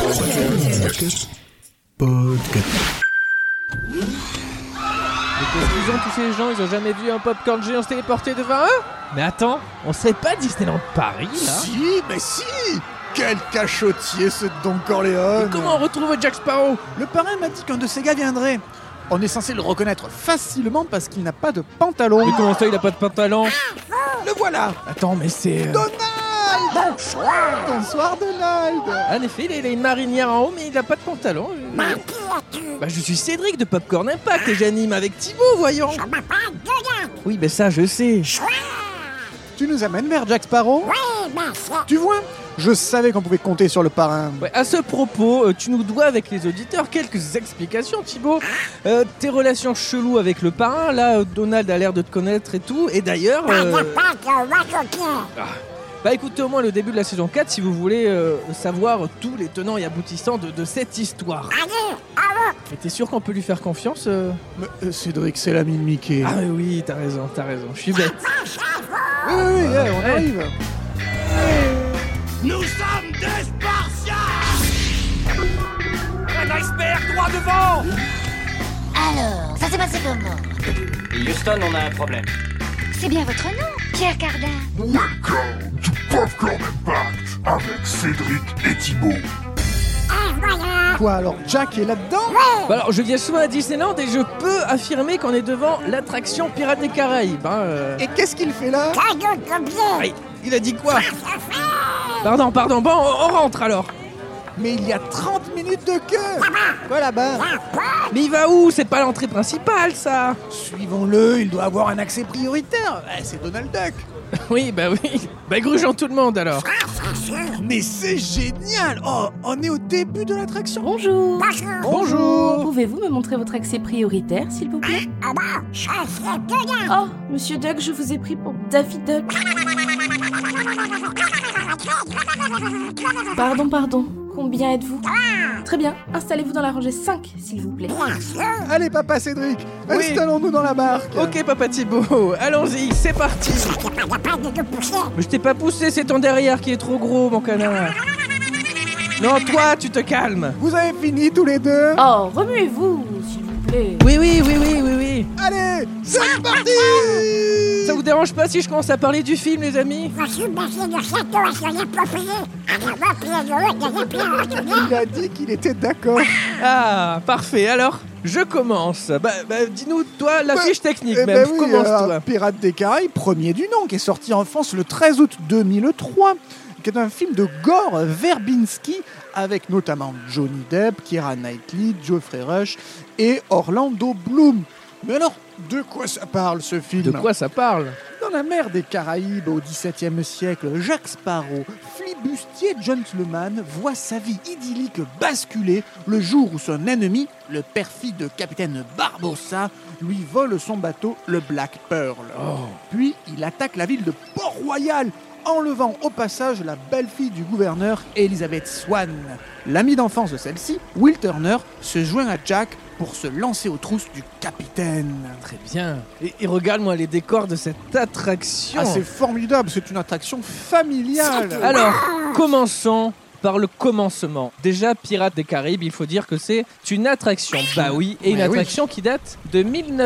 Mais qu'est-ce qu'ils ont tous ces gens? Ils ont jamais vu un popcorn géant se téléporter devant eux? Mais attends, on serait pas Disneyland Paris là? Si, mais si! Quel cachotier ce Don Corleone! Et comment on retrouve Jack Sparrow? Le parrain m'a dit qu'un de ces gars viendrait. On est censé le reconnaître facilement parce qu'il n'a pas de pantalon. Mais comment ça il a pas de pantalon? Le voilà! Attends, mais c'est... Donald! Bonsoir Donald! En effet, il a une marinière en haut, mais il a pas de pantalon. Bah, je suis Cédric de Popcorn Impact et j'anime avec Thibaut, voyons. Oui, mais ça, je sais. Tu nous amènes vers Jack Sparrow? Tu vois, je savais qu'on pouvait compter sur le parrain. Ouais, à ce propos, tu nous dois avec les auditeurs quelques explications, Thibaut. Tes relations cheloues avec le parrain, là, Donald a l'air de te connaître et tout. Et d'ailleurs... Bah écoutez au moins le début de la saison 4 si vous voulez savoir tous les tenants et aboutissants de cette histoire. Mais t'es sûr qu'on peut lui faire confiance Mais, Cédric, c'est l'ami de Mickey. Ah oui, t'as raison, je suis bête. Oui, on arrive. Nous sommes des Spartiates! Un iceberg droit devant! Alors, ça s'est passé comment? Houston, on a un problème. C'est bien votre nom, Pierre Cardin. Welcome to Popcorn Impact avec Cédric et Thibaut. Quoi alors, Jack est là-dedans? Bah alors, je viens souvent à Disneyland et je peux affirmer qu'on est devant l'attraction Pirates des Caraïbes. Et qu'est-ce qu'il fait là? Il a dit quoi? Pardon, bon, on rentre alors. Mais il y a 30 minutes de queue. Quoi là-bas? Mais il va où? C'est pas l'entrée principale, ça. Suivons-le, il doit avoir un accès prioritaire. C'est Donald Duck. Oui. Bah grugeons tout le monde alors. Mais c'est génial. Oh, on est au début de l'attraction. Bonjour. Bonjour. Pouvez-vous me montrer votre accès prioritaire, s'il vous plaît? Oh, Monsieur Duck, je vous ai pris pour Daffy Duck. Pardon. Combien êtes-vous? Très bien, installez-vous dans la rangée 5, s'il vous plaît. Allez, papa Cédric, installons-nous dans la barque. Ok, papa Thibaut, allons-y, c'est parti. Mais je t'ai pas poussé, c'est ton derrière qui est trop gros, mon canard. Non, toi, tu te calmes. Vous avez fini tous les deux? Oh, remuez-vous, s'il vous plaît. Oui. Allez, c'est parti. Ça vous dérange pas si je commence à parler du film, les amis? Il a dit qu'il était d'accord. Ah, parfait, alors, je commence. Bah dis-nous, toi, la fiche technique même, oui, commence-toi. Pirates des Caraïbes, premier du nom, qui est sorti en France le 13 août 2003, qui est un film de Gore Verbinski, avec notamment Johnny Depp, Keira Knightley, Geoffrey Rush et Orlando Bloom. Mais alors, de quoi ça parle ce film? De quoi ça parle? Dans la mer des Caraïbes au XVIIe siècle, Jack Sparrow, flibustier gentleman, voit sa vie idyllique basculer le jour où son ennemi, le perfide capitaine Barbossa, lui vole son bateau, le Black Pearl. Puis il attaque la ville de Port-Royal, enlevant au passage la belle-fille du gouverneur, Elizabeth Swann. L'ami d'enfance de celle-ci, Will Turner, se joint à Jack pour se lancer aux trousses du capitaine. Très bien. Et regarde-moi les décors de cette attraction. Ah, c'est formidable, c'est une attraction familiale. Alors, commençons par le commencement. Déjà, Pirates des Caraïbes, il faut dire que c'est une attraction. Bah oui, et une attraction qui date de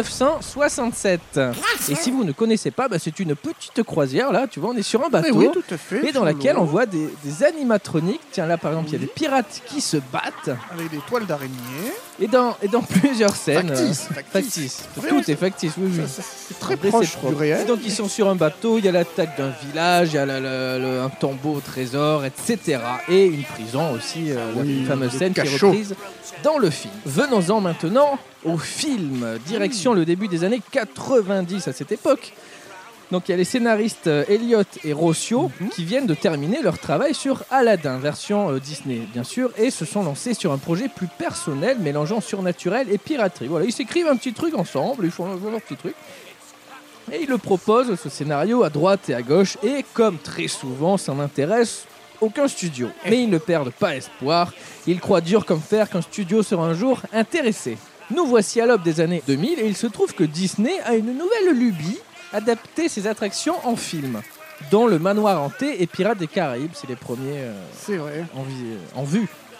1967. Et si vous ne connaissez pas, c'est une petite croisière, là, tu vois, on est sur un bateau. Oui, tout à fait. Et dans laquelle on voit des animatroniques. Tiens, là, par exemple, il y a des pirates qui se battent. Avec des toiles d'araignée. Et dans plusieurs scènes. Factice. Tout est factice, oui. C'est très proche du réel. Et donc ils sont sur un bateau, il y a l'attaque d'un village, il y a un tombeau au trésor, etc. Et une prison aussi, la fameuse scène qui est reprise dans le film. Venons-en maintenant au film. Direction le début des années 90 à cette époque. Donc il y a les scénaristes Elliott et Rossio qui viennent de terminer leur travail sur Aladdin, version Disney bien sûr, et se sont lancés sur un projet plus personnel mélangeant surnaturel et piraterie. Voilà, ils s'écrivent un petit truc ensemble, ils font leur petit truc. Et ils le proposent, ce scénario, à droite et à gauche, et comme très souvent, ça n'intéresse aucun studio. Mais ils ne perdent pas espoir, ils croient dur comme fer qu'un studio sera un jour intéressé. Nous voici à l'aube des années 2000, et il se trouve que Disney a une nouvelle lubie, adapter ses attractions en film, dont le Manoir Hanté et Pirates des Caraïbes, c'est les premiers c'est vrai. en vue.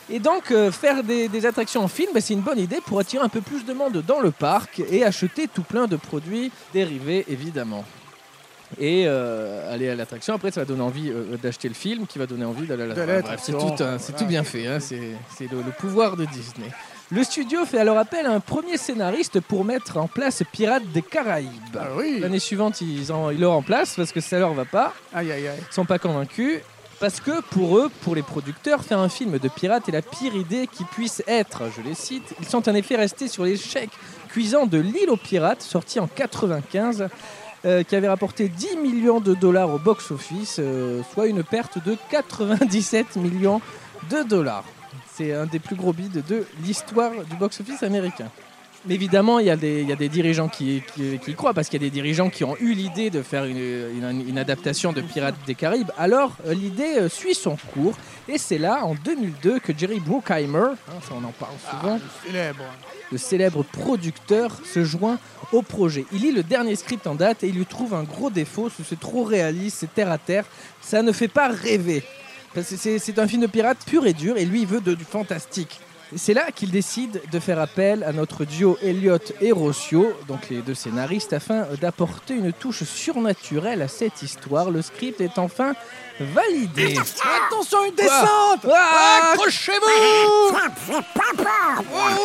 Et donc, faire des attractions en film, c'est une bonne idée pour attirer un peu plus de monde dans le parc et acheter tout plein de produits dérivés, évidemment. Et aller à l'attraction, après ça va donner envie d'acheter le film, qui va donner envie d'aller à l'attraction. Bref, c'est tout bien fait, hein. C'est le pouvoir de Disney. Le studio fait alors appel à un premier scénariste pour mettre en place Pirates des Caraïbes. Ah oui. L'année suivante, ils le remplacent parce que ça leur va pas. Aïe, aïe, aïe. Ils sont pas convaincus. Parce que pour eux, pour les producteurs, faire un film de pirates est la pire idée qui puisse être. Je les cite. Ils sont en effet restés sur l'échec cuisant de l'île aux pirates, sorti en 1995. Qui avait rapporté 10 millions de dollars au box-office, soit une perte de 97 millions de dollars. C'est un des plus gros bids de l'histoire du box-office américain. Mais évidemment, il y a des dirigeants qui y croient, parce qu'il y a des dirigeants qui ont eu l'idée de faire une adaptation de Pirates des Caraïbes. Alors, l'idée suit son cours, et c'est là, en 2002, que Jerry Bruckheimer, ça on en parle souvent, le célèbre producteur, se joint au projet. Il lit le dernier script en date et il lui trouve un gros défaut, c'est trop réaliste, c'est terre à terre, ça ne fait pas rêver. Parce que c'est un film de pirates pur et dur, et lui il veut du fantastique. Et c'est là qu'il décide de faire appel à notre duo Elliott et Rossio, donc les deux scénaristes, afin d'apporter une touche surnaturelle à cette histoire. Le script est enfin validé. Attention, une descente. Accrochez-vous. Ça me fait pas peur.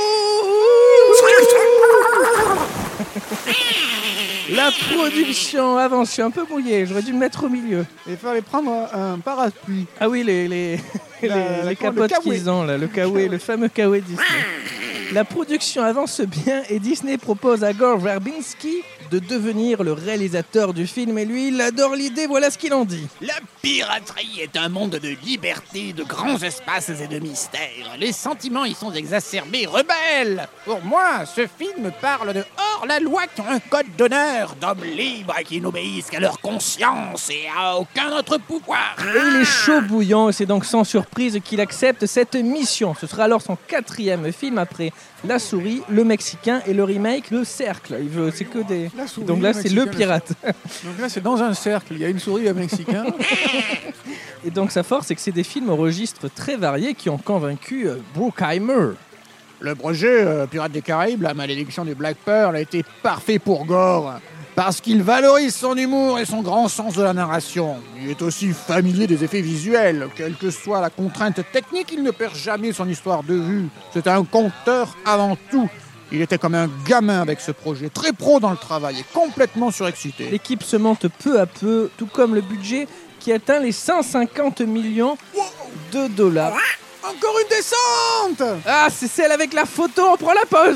La production avance, je suis un peu mouillé, j'aurais dû me mettre au milieu. Il fallait prendre un parapluie. Ah oui, les capotes qu'ils ont, là, le kawaii, le fameux kawaii Disney. La production avance bien et Disney propose à Gore Verbinski de devenir le réalisateur du film. Et lui, il adore l'idée, voilà ce qu'il en dit. La piraterie est un monde de liberté, de grands espaces et de mystères. Les sentiments y sont exacerbés, rebelles. Pour moi, ce film parle de hors-la-loi qui ont un code d'honneur, d'hommes libres qui n'obéissent qu'à leur conscience et à aucun autre pouvoir. Et il est chaud bouillant et c'est donc sans surprise qu'il accepte cette mission. Ce sera alors son 4e film après La Souris, Le Mexicain et le remake Le Cercle. C'est que des... Souris, donc là, c'est Le Pirate. Donc là, c'est dans un cercle. Il y a une souris et un Mexicain. Et donc sa force, c'est que c'est des films au registre très variés qui ont convaincu Bruckheimer. Le projet Pirates des Caraïbes, La Malédiction du Black Pearl, a été parfait pour Gore. Parce qu'il valorise son humour et son grand sens de la narration. Il est aussi familier des effets visuels. Quelle que soit la contrainte technique, il ne perd jamais son histoire de vue. C'est un conteur avant tout. Il était comme un gamin avec ce projet, très pro dans le travail et complètement surexcité. L'équipe se monte peu à peu, tout comme le budget qui atteint les 150 millions de dollars. Encore une descente. Ah, c'est celle avec la photo, on prend la pause.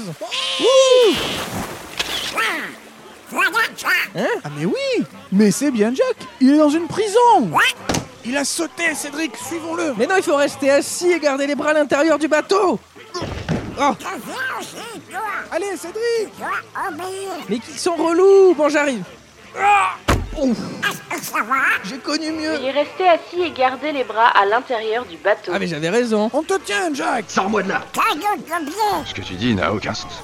Ah mais oui. Mais c'est bien Jack. Il est dans une prison. Il a sauté, Cédric, suivons-le. Mais non, il faut rester assis et garder les bras à l'intérieur du bateau. Oh. Allez, Cédric. Mais qu'ils sont relous. Bon, j'arrive. J'ai connu mieux. Veuillez rester assis et garder les bras à l'intérieur du bateau. Ah mais j'avais raison. On te tient, Jack. Sors-moi de là. Ce que tu dis n'a aucun sens.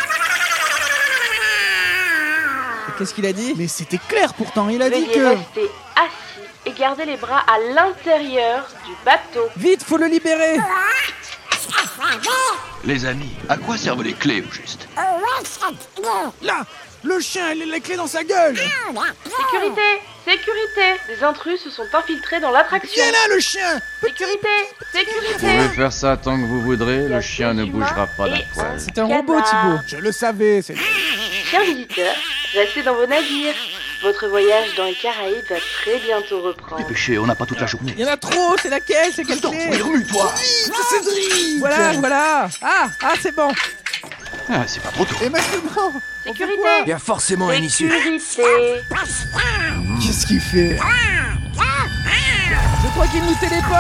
Qu'est-ce qu'il a dit? Mais c'était clair pourtant, il a dit Veuillez que... rester assis et garder les bras à l'intérieur du bateau. Vite, faut le libérer. Les amis, à quoi servent les clés au juste? Là, le chien, il a la clé dans sa gueule. Sécurité! Sécurité! Les intrus se sont infiltrés dans l'attraction. Viens là, le chien. Sécurité! Vous Sécurité! pouvez faire ça tant que vous voudrez, Il y a le chien ne des bougera humains pas d'un et poil. C'est un robot, Thibaut. Je le savais, c'est... Chers visiteurs, restez dans vos navires. Votre voyage dans les Caraïbes va très bientôt reprendre. Dépêchez, on n'a pas toute la journée. Il y en a trop, c'est laquelle? C'est quelle clé? Remue-toi. Cédric. Voilà. Ah, c'est bon. Ah, c'est pas trop tôt. Et maintenant, Sécurité! Il y a forcément un issue. Sécurité! qu'est-ce qu'il fait? Je crois qu'il nous téléporte.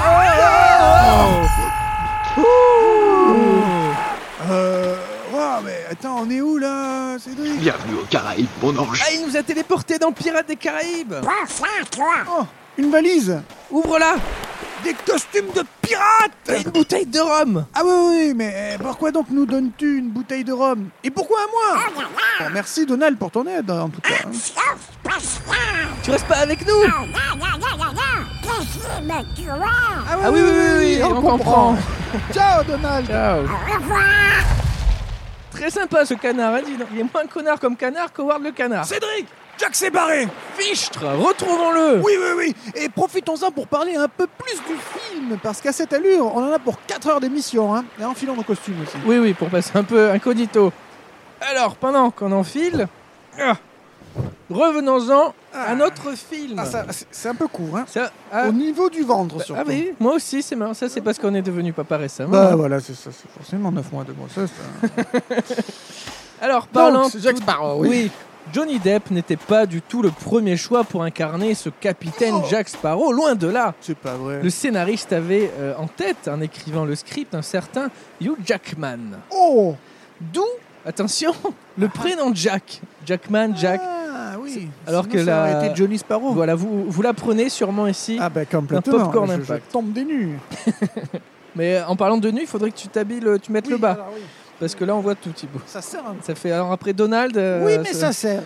Mais attends, on est où là, Cédric? Bienvenue aux Caraïbes, mon ange. Ah, il nous a téléporté dans Pirates des Caraïbes. Oh, une valise. Ouvre-la. Des costumes de pirates. Et une bouteille de rhum. Ah oui, mais pourquoi donc nous donnes-tu une bouteille de rhum? Et pourquoi à moi? Bon, merci Donald pour ton aide, en tout cas. Tu restes pas avec nous? Ah oui, on comprend. Ciao, Donald. Ciao. Au revoir. Très sympa ce canard, hein, dis donc. Il est moins connard comme canard qu'Howard le canard. Cédric, Jack s'est barré. Fichtre, retrouvons-le. Oui. Et profitons-en pour parler un peu plus du film, parce qu'à cette allure, on en a pour 4 heures d'émission, hein, et enfilons nos costumes aussi. Oui, pour passer un peu incognito. Alors, pendant qu'on enfile, revenons-en à notre film. C'est un peu court, hein. Au niveau du ventre, surtout. Ah oui, moi aussi, c'est marrant. Ça, c'est parce qu'on est devenu papa récemment. Bah voilà, c'est ça, c'est forcément 9 mois, 2 mois. Ça, Alors, parlant de Jack Sparrow, oui. Johnny Depp n'était pas du tout le premier choix pour incarner ce capitaine Jack Sparrow, loin de là. C'est pas vrai. Le scénariste avait en tête, en écrivant le script, un certain Hugh Jackman. Oh. D'où, attention, le prénom Jack. Jackman, Jack. Ah oui. Alors que ça aurait été Johnny Sparrow. Voilà, vous l'apprenez sûrement ici. Ah ben complètement. Popcorn je Impact. tombe des nues. Mais en parlant de nu, il faudrait que tu t'habilles, tu mettes le bas. Alors, oui. Parce que là, on voit tout, Thibaut. Ça sert. Hein. Ça fait alors après Donald. Oui, mais ça sert.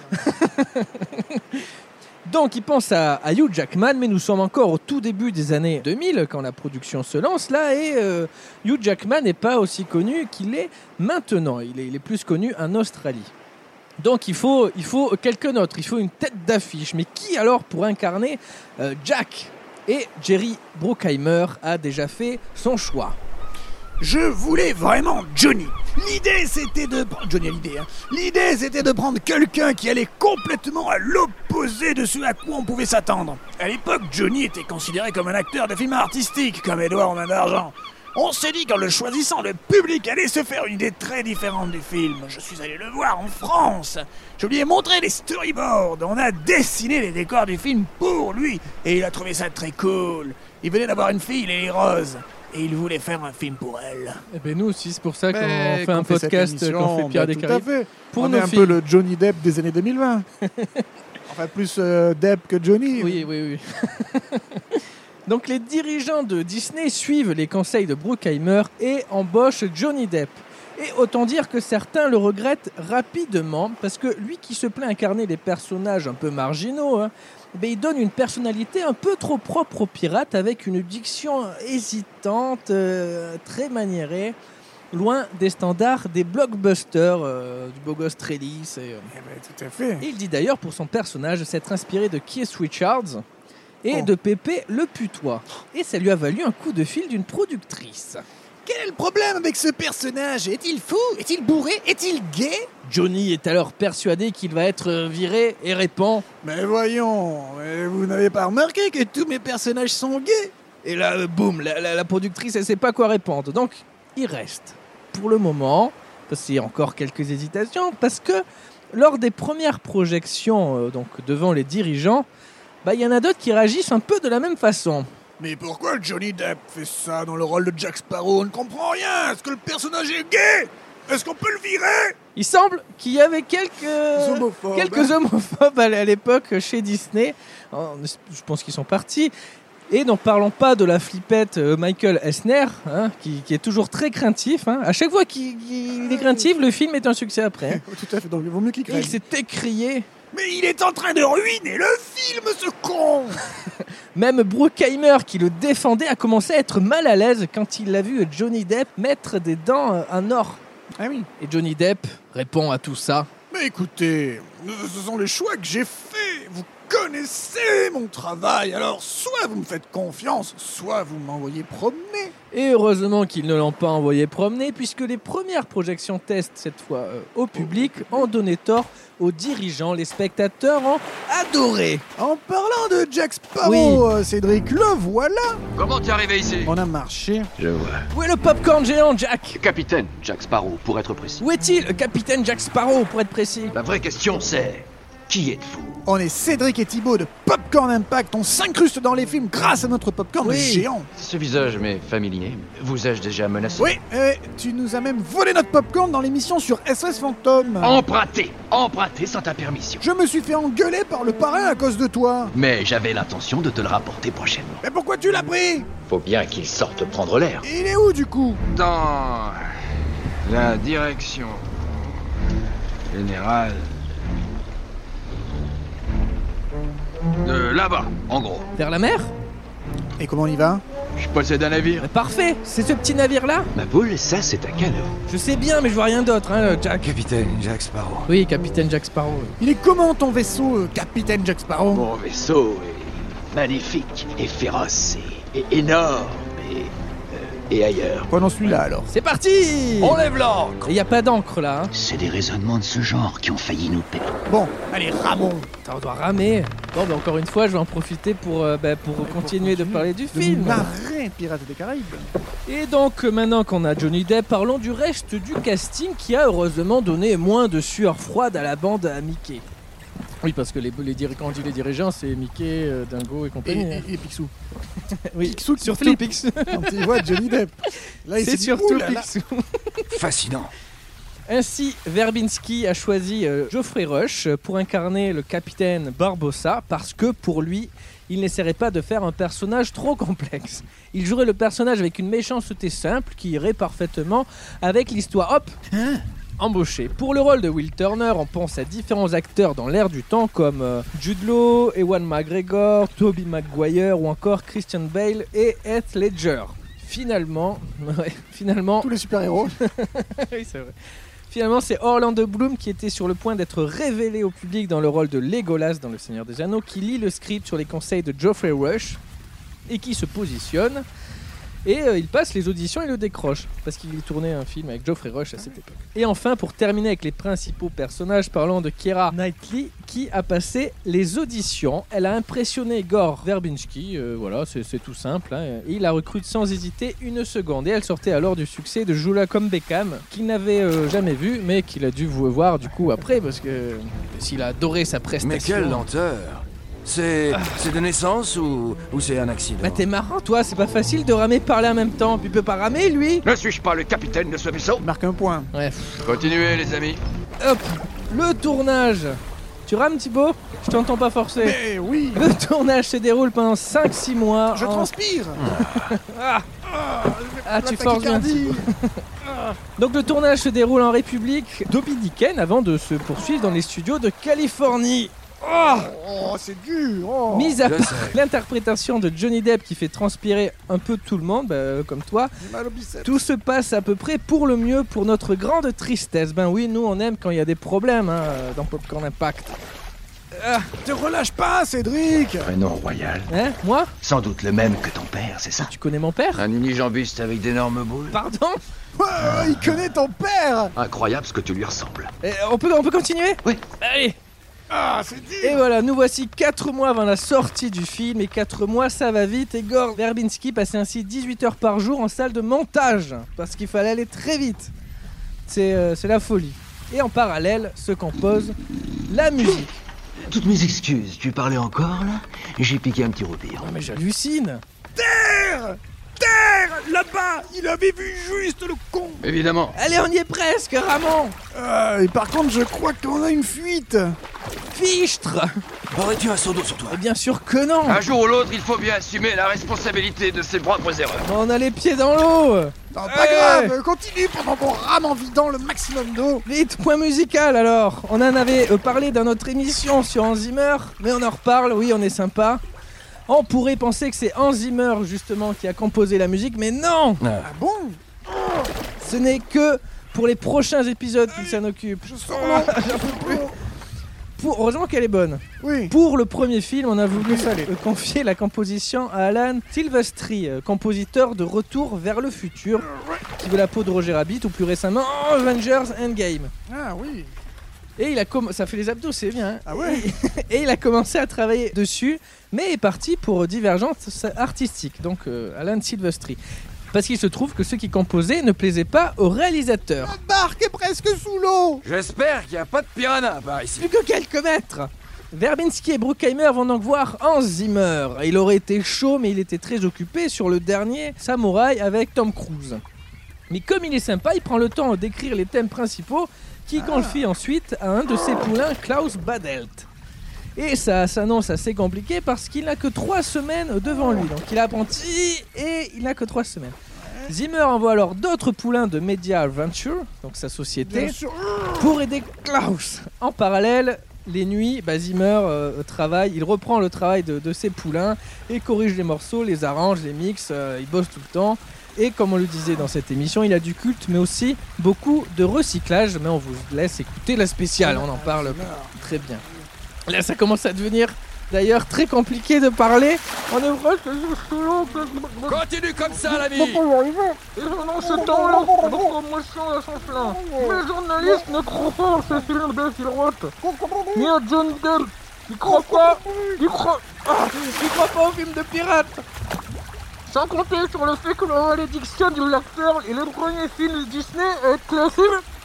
Donc, il pense à Hugh Jackman, mais nous sommes encore au tout début des années 2000 quand la production se lance là, et Hugh Jackman n'est pas aussi connu qu'il est maintenant. Il est plus connu en Australie. Donc, il faut quelqu'un d'autre. Il faut une tête d'affiche. Mais qui alors pour incarner Jack ? Et Jerry Bruckheimer a déjà fait son choix. Je voulais vraiment Johnny. L'idée c'était de prendre quelqu'un qui allait complètement à l'opposé de ce à quoi on pouvait s'attendre. À l'époque, Johnny était considéré comme un acteur de film artistique, comme Edouard en main d'argent. On s'est dit qu'en le choisissant, le public allait se faire une idée très différente du film. Je suis allé le voir en France. Je lui ai montré les storyboards. On a dessiné les décors du film pour lui. Et il a trouvé ça très cool. Il venait d'avoir une fille, Lily Rose. Et il voulait faire un film pour elle. Eh ben nous aussi, c'est pour ça qu'on fait un podcast, qu'on fait Pierre des Caraïbes. Tout à fait. Pour on nos est un filles. peu le Johnny Depp des années 2020. Enfin, plus Depp que Johnny. Oui. Donc les dirigeants de Disney suivent les conseils de Bruckheimer et embauchent Johnny Depp. Et autant dire que certains le regrettent rapidement, parce que lui qui se plaît incarner des personnages un peu marginaux, il donne une personnalité un peu trop propre aux pirates, avec une diction hésitante, très maniérée, loin des standards des blockbusters du beau gosse très lisse. Tout à fait. Et il dit d'ailleurs pour son personnage s'être inspiré de Keith Richards et de Pépé le Putois. Et ça lui a valu un coup de fil d'une productrice. Quel est le problème avec ce personnage ? Est-il fou ? Est-il bourré ? Est-il gay ? Johnny est alors persuadé qu'il va être viré et répond « Mais voyons, vous n'avez pas remarqué que tous mes personnages sont gays ? » Et là, boum, la productrice, elle ne sait pas quoi répondre. Donc, il reste. Pour le moment, parce qu'il y a encore quelques hésitations, parce que lors des premières projections donc devant les dirigeants, il y en a d'autres qui réagissent un peu de la même façon. Mais pourquoi Johnny Depp fait ça dans le rôle de Jack Sparrow ? On ne comprend rien. Est-ce que le personnage est gay ? Est-ce qu'on peut le virer ? Il semble qu'il y avait quelques homophobes à l'époque chez Disney. Je pense qu'ils sont partis. Et n'en parlons pas de la flippette Michael Eisner, qui est toujours très craintif. À chaque fois qu'il est craintif, le film est un succès après. Tout à fait, donc il vaut mieux qu'il craigne. Il s'est écrié. Mais il est en train de ruiner le film, ce con. Même Bruckheimer, qui le défendait, a commencé à être mal à l'aise quand il a vu Johnny Depp mettre des dents en or. Ah oui. Et Johnny Depp répond à tout ça. Mais écoutez, ce sont les choix que j'ai faits. Vous connaissez mon travail, alors soit vous me faites confiance, soit vous m'envoyez promener. Et heureusement qu'ils ne l'ont pas envoyé promener, puisque les premières projections test, cette fois au public, ont donné tort aux dirigeants. Les spectateurs ont adoré. En parlant de Jack Sparrow, Cédric, le voilà. Comment t'es arrivé ici ? On a marché. Je vois. Où est le popcorn géant, Jack ? Capitaine Jack Sparrow, pour être précis. Où est-il, le capitaine Jack Sparrow, pour être précis ? La vraie question c'est... Qui êtes-vous ? On est Cédric et Thibaut de Popcorn Impact. On s'incruste dans les films grâce à notre popcorn géant. Ce visage m'est familier. Vous ai-je déjà menacé ? Oui, tu nous as même volé notre popcorn dans l'émission sur SOS Fantôme. Emprunté sans ta permission. Je me suis fait engueuler par le parrain à cause de toi. Mais j'avais l'intention de te le rapporter prochainement. Mais pourquoi tu l'as pris ? Faut bien qu'il sorte prendre l'air. Il est où du coup ? Dans la direction générale de là-bas, en gros. Vers la mer ? Et comment on y va ? Je possède un navire. Mais parfait, c'est ce petit navire-là? Ma boule, ça c'est un canot. Je sais bien, mais je vois rien d'autre, hein, Jack. Capitaine Jack Sparrow. Oui, capitaine Jack Sparrow. Il est comment ton vaisseau, capitaine Jack Sparrow? Mon vaisseau est magnifique et féroce et énorme et ailleurs. Prenons celui-là alors. C'est parti! On lève l'ancre. Et y a pas d'encre là, hein. C'est des raisonnements de ce genre qui ont failli nous perdre. Bon, allez, ramons. Attends, on doit ramer. Bon, bah encore une fois, je vais en profiter pour continuer de parler du film. Marin Pirates des Caraïbes. Et donc, maintenant qu'on a Johnny Depp, parlons du reste du casting qui a heureusement donné moins de sueur froide à la bande à Mickey. Oui, parce que quand on dit les dirigeants, c'est Mickey, Dingo et compagnie. Et Picsou. Oui, Picsou qui surtout flippe Picsou. Quand il voit Johnny Depp. Là, il C'est s'est dit, surtout ouh là là. Picsou. Fascinant. Ainsi, Verbinski a choisi Geoffrey Rush pour incarner le capitaine Barbossa parce que pour lui, il n'essaierait pas de faire un personnage trop complexe. Il jouerait le personnage avec une méchanceté simple qui irait parfaitement avec l'histoire. Hop, embauché. Pour le rôle de Will Turner, on pense à différents acteurs dans l'air du temps comme Jude Law, Ewan McGregor, Tobey Maguire ou encore Christian Bale et Heath Ledger. Finalement, Tous les super-héros. oui, c'est vrai. Finalement, c'est Orlando Bloom qui était sur le point d'être révélé au public dans le rôle de Legolas dans Le Seigneur des Anneaux, qui lit le script sur les conseils de Geoffrey Rush et qui se positionne. Et il passe les auditions et le décroche, parce qu'il tournait un film avec Geoffrey Rush à cette époque. Et enfin, pour terminer avec les principaux personnages, parlons de Keira Knightley, qui a passé les auditions. Elle a impressionné Gore Verbinski, voilà, c'est tout simple, hein, et il la recrute sans hésiter une seconde. Et elle sortait alors du succès de Joue-la comme Beckham, qu'il n'avait jamais vu, mais qu'il a dû voir du coup après, parce que s'il a adoré sa prestation. Mais quelle lenteur. C'est de naissance ou c'est un accident? Bah t'es marrant toi, c'est pas facile de ramer parler en même temps, puis il peut pas ramer lui. Ne suis-je pas le capitaine de ce vaisseau? Il marque un point. Ouais. Continuez, les amis. Hop, le tournage. Tu rames Thibaut? Je t'entends pas forcer. Mais oui. Le tournage se déroule pendant 5-6 mois. Je transpire. Tu forces bien. Donc le tournage se déroule en République dominicaine avant de se poursuivre dans les studios de Californie. Oh, c'est dur. Oh. Mis à part l'interprétation de Johnny Depp qui fait transpirer un peu tout le monde, comme toi, J'ai mal au biceps. tout se passe à peu près pour le mieux pour notre grande tristesse. Ben oui, nous on aime quand il y a des problèmes dans Popcorn Impact. Te relâche pas, Cédric. Prénom royal. Hein? Moi? Sans doute le même que ton père, c'est ça? Tu connais mon père? Un unijambiste avec d'énormes boules. Pardon? Il connaît ton père. Incroyable ce que tu lui ressembles. On peut continuer? Oui. Allez. Ah, c'est dur. Et voilà, nous voici 4 mois avant la sortie du film, et 4 mois ça va vite, et Gore Verbinski passait ainsi 18 heures par jour en salle de montage, parce qu'il fallait aller très vite. C'est la folie. Et en parallèle se compose la musique. Toutes mes excuses, tu parlais encore là? J'ai piqué un petit roupir. Non mais j'hallucine. Terre, là-bas, il avait vu juste le con. Évidemment. Allez, on y est presque, Ramon. Et par contre, je crois qu'on a une fuite. Fichtre. Aurais-tu un seau d'eau sur toi? Bien sûr que non. Un jour ou l'autre, il faut bien assumer la responsabilité de ses propres erreurs. On a les pieds dans l'eau. Non, pas grave, continue pendant qu'on rame en vidant le maximum d'eau. Vite, point musical alors. On en avait parlé dans notre émission sur Hans Zimmer, mais on en reparle, oui, on est sympa. On pourrait penser que c'est Hans Zimmer justement qui a composé la musique, mais non. Ah bon? Ce n'est que pour les prochains épisodes qu'il s'en occupe. Je sors l'eau. J'en peux plus. Heureusement qu'elle est bonne. Oui. Pour le premier film, on a voulu confier la composition à Alan Silvestri, compositeur de Retour vers le futur, qui veut la peau de Roger Rabbit, ou plus récemment Avengers Endgame. Ah oui. Et ça fait les abdos, c'est bien. Hein. Ah ouais. Et il a commencé à travailler dessus, mais est parti pour divergence artistique, donc Alan Silvestri. Parce qu'il se trouve que ceux qui composaient ne plaisaient pas au réalisateur. La barque est presque sous l'eau. J'espère qu'il n'y a pas de piranha par ici. Plus que quelques mètres. Verbinski et Bruckheimer vont donc voir Hans Zimmer. Il aurait été chaud, mais il était très occupé sur le dernier Samouraï avec Tom Cruise. Mais comme il est sympa, il prend le temps d'écrire les thèmes principaux qui confie ensuite à un de ses poulains, Klaus Badelt. Et ça s'annonce assez compliqué parce qu'il n'a que 3 semaines devant lui. Donc il est apprenti et il n'a que 3 semaines. Zimmer envoie alors d'autres poulains de Media Venture, donc sa société, pour aider Klaus. En parallèle, les nuits, Zimmer travaille, il reprend le travail de ses poulains et corrige les morceaux, les arrange, les mixe, il bosse tout le temps. Et comme on le disait dans cette émission, il a du culte, mais aussi beaucoup de recyclage. Mais on vous laisse écouter la spéciale, on en parle très bien. Là, ça commence à devenir d'ailleurs très compliqué de parler. On est vrai que continue comme ça, l'ami. Et pendant ce temps-là, la promotion à son plein. Les journalistes ne croient pas en ce film de Phil Roth, ni à John Depp. Ils croient pas. Ils croient pas au film de pirate. Sans compter sur le fait que la malédiction de l'acteur et le premier film Disney est classé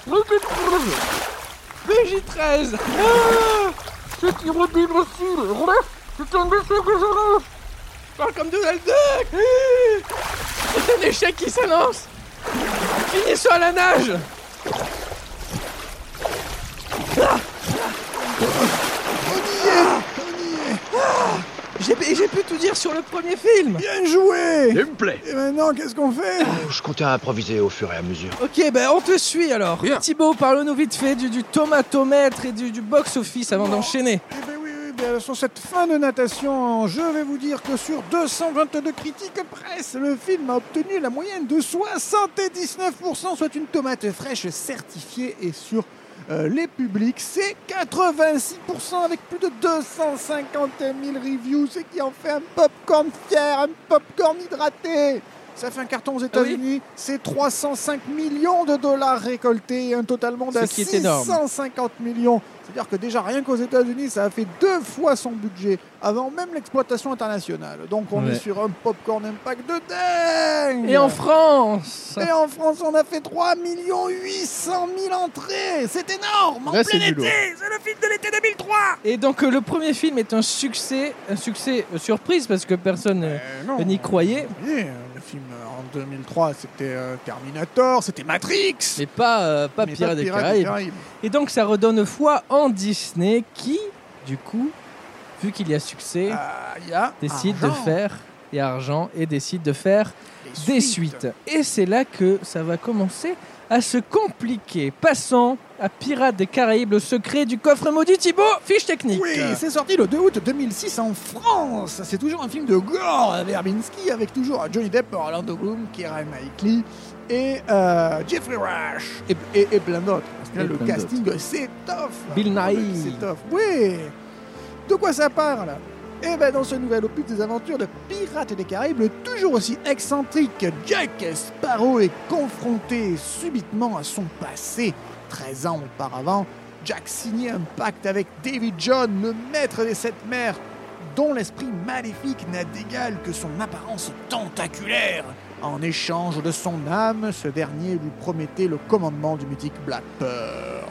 PJ-13. C'est irréductible aussi. Bref, c'est un décès que je lance. Parle comme Donald Duck. C'est un échec qui s'annonce. Finissons à la nage. J'ai pu tout dire sur le premier film. Bien joué. Il me plaît. Et maintenant, qu'est-ce qu'on fait? Je comptais improviser au fur et à mesure. Ok, on te suit alors. Bien. Thibaut, parle-nous vite fait du tomatomètre et du box-office avant d'enchaîner. Sur cette fin de natation, je vais vous dire que sur 222 critiques presse, le film a obtenu la moyenne de 79%, soit une tomate fraîche certifiée, et sur les publics, c'est 86% avec plus de 250 000 reviews, ce qui en fait un popcorn fier, un popcorn hydraté. Ça fait un carton aux États-Unis, c'est 305 millions de dollars récoltés et un total monde à 650 millions. C'est-à-dire que déjà, rien qu'aux États-Unis, ça a fait 2 fois son budget, avant même l'exploitation internationale. Donc on est sur un popcorn impact de dingue. Et en France, on a fait 3 800 000 entrées. C'est énorme, en plein été. C'est le film de l'été 2003. Et donc le premier film est un succès surprise, parce que personne n'y croyait. Oui, le film en 2003, c'était Terminator, c'était Matrix. Mais pas Pirates des Caraïbes. Et donc ça redonne foi en Disney qui, du coup, vu qu'il y a succès, décide de faire décide de faire des suites. Et c'est là que ça va commencer à se compliquer. Passons à Pirates des Caraïbes, le secret du coffre maudit. Thibaut, fiche technique. Oui, c'est sorti le 2 août 2006 en France. C'est toujours un film de Gore Verbinski, avec toujours Johnny Depp, Orlando Bloom, Keira Knightley et Jeffrey Rush et plein d'autres. Parce que le casting s'étoffe. Bill Nighy. S'étoffe. Oui. De quoi ça parle? Dans ce nouvel opus des aventures de Pirates des Caraïbes, le toujours aussi excentrique Jack Sparrow est confronté subitement à son passé. 13 ans auparavant, Jack signait un pacte avec Davy John, le maître des 7 mers, dont l'esprit maléfique n'a d'égal que son apparence tentaculaire. En échange de son âme, ce dernier lui promettait le commandement du mythique Black Pearl.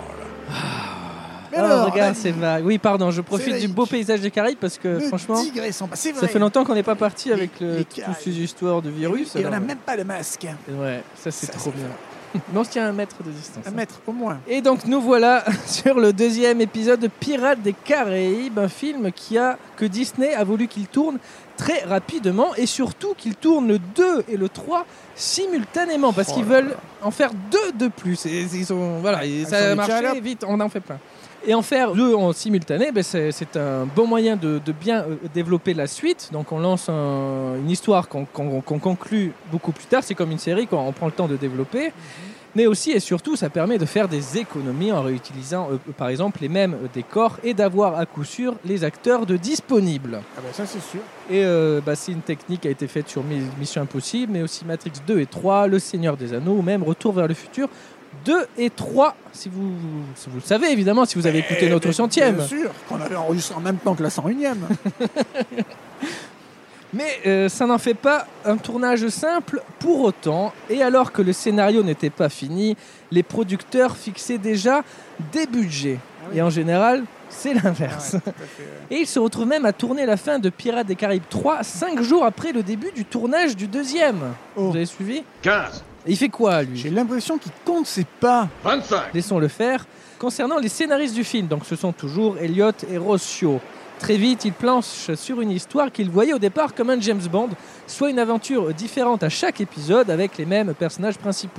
Regarde, c'est vague. Oui, pardon, je profite du beau paysage des Caraïbes parce que franchement, ça fait longtemps qu'on n'est pas parti avec toutes ces histoires de virus. Et on n'a même pas de masque. Ouais, ça c'est trop bien. Mais on se tient à 1 mètre de distance. 1 mètre au moins. Et donc nous voilà sur le 2e épisode de Pirates des Caraïbes, un film que Disney a voulu qu'il tourne très rapidement, et surtout qu'il tourne le 2 et le 3 simultanément, parce qu'ils veulent en faire 2 de plus. Ça a marché vite, on en fait plein. Et en faire 2 en simultané, c'est un bon moyen de bien développer la suite. Donc on lance une histoire qu'on conclut beaucoup plus tard. C'est comme une série quand on prend le temps de développer. Mais aussi et surtout, ça permet de faire des économies en réutilisant par exemple les mêmes décors et d'avoir à coup sûr les acteurs disponibles. Ça c'est sûr. Et c'est une technique qui a été faite sur Mission Impossible, mais aussi Matrix 2 et 3, Le Seigneur des Anneaux, ou même Retour vers le futur 2 et 3, si vous le savez évidemment, si vous avez écouté notre 100e. Bien sûr, qu'on avait enregistré en même temps que la 101e. Mais ça n'en fait pas un tournage simple pour autant. Et alors que le scénario n'était pas fini, les producteurs fixaient déjà des budgets. Et en général, c'est l'inverse. Et ils se retrouvent même à tourner la fin de Pirates des Caraïbes 3 5 jours après le début du tournage du 2e. Vous avez suivi ? 15. Et il fait quoi, lui ? J'ai l'impression qu'il compte ses pas. 25. Laissons-le faire. Concernant les scénaristes du film, donc ce sont toujours Elliot et Rossio. Très vite, il planche sur une histoire qu'il voyait au départ comme un James Bond, soit une aventure différente à chaque épisode avec les mêmes personnages principaux.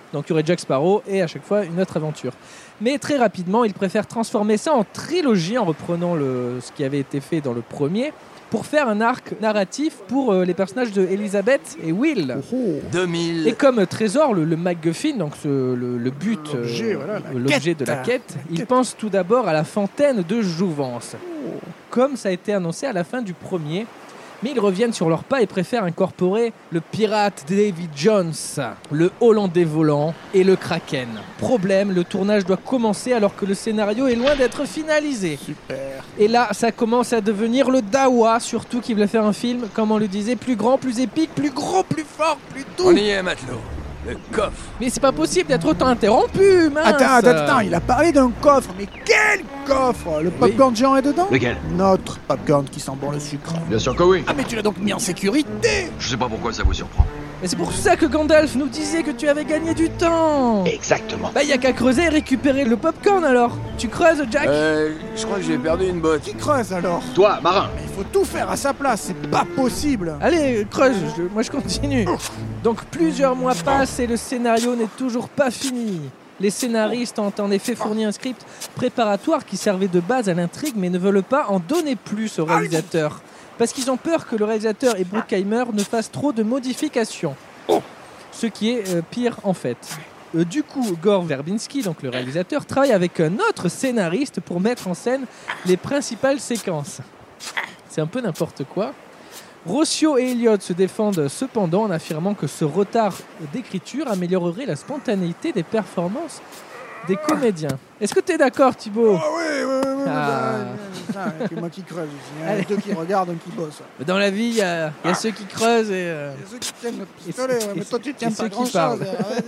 Donc il y aurait Jack Sparrow et à chaque fois une autre aventure. Mais très rapidement, il préfère transformer ça en trilogie en reprenant ce qui avait été fait dans le premier pour faire un arc narratif pour les personnages de Elizabeth et Will. 2000. Et comme trésor, le MacGuffin, donc le but, l'objet de la quête, il pense tout d'abord à la fontaine de Jouvence. Comme ça a été annoncé à la fin du premier. Mais ils reviennent sur leurs pas et préfèrent incorporer le pirate Davy Jones, le Hollandais volant et le Kraken. Problème, le tournage doit commencer alors que le scénario est loin d'être finalisé. Super. Et là, ça commence à devenir le dawa, surtout qu'ils voulaient faire un film, comme on le disait, plus grand, plus épique, plus gros, plus fort, plus doux. On y est, matelot. Le coffre. Mais c'est pas possible d'être autant interrompu, mince. Attends, il a parlé d'un coffre, mais quel coffre? Le popcorn géant est dedans? Lequel? Notre popcorn qui sent bon le sucre. Bien sûr que oui. Ah mais tu l'as donc mis en sécurité? Je sais pas pourquoi ça vous surprend. Mais c'est pour ça que Gandalf nous disait que tu avais gagné du temps. Exactement. Bah y a qu'à creuser et récupérer le popcorn alors. Tu creuses, Jack? Je crois que j'ai perdu une botte. Qui creuse alors? Toi, marin. Il faut tout faire à sa place, c'est pas possible. Allez, creuse, moi je continue. Donc plusieurs mois passent et le scénario n'est toujours pas fini. Les scénaristes ont en effet fourni un script préparatoire qui servait de base à l'intrigue mais ne veulent pas en donner plus au réalisateur. Parce qu'ils ont peur que le réalisateur et Bruckheimer ne fassent trop de modifications. Ce qui est pire en fait. Du coup, Gore Verbinski, donc le réalisateur, travaille avec un autre scénariste pour mettre en scène les principales séquences. C'est un peu n'importe quoi. Rossio et Elliott se défendent cependant en affirmant que ce retard d'écriture améliorerait la spontanéité des performances des comédiens. Est-ce que tu es d'accord, Thibaut? Oui. C'est moi qui creuse. Il y en a deux qui regardent, un qui bosse. Dans la vie, il y a ceux qui creusent et... Il y a ceux qui tiennent le pistolet, mais toi tu tiens pas ceux qui grand-chose. parlent.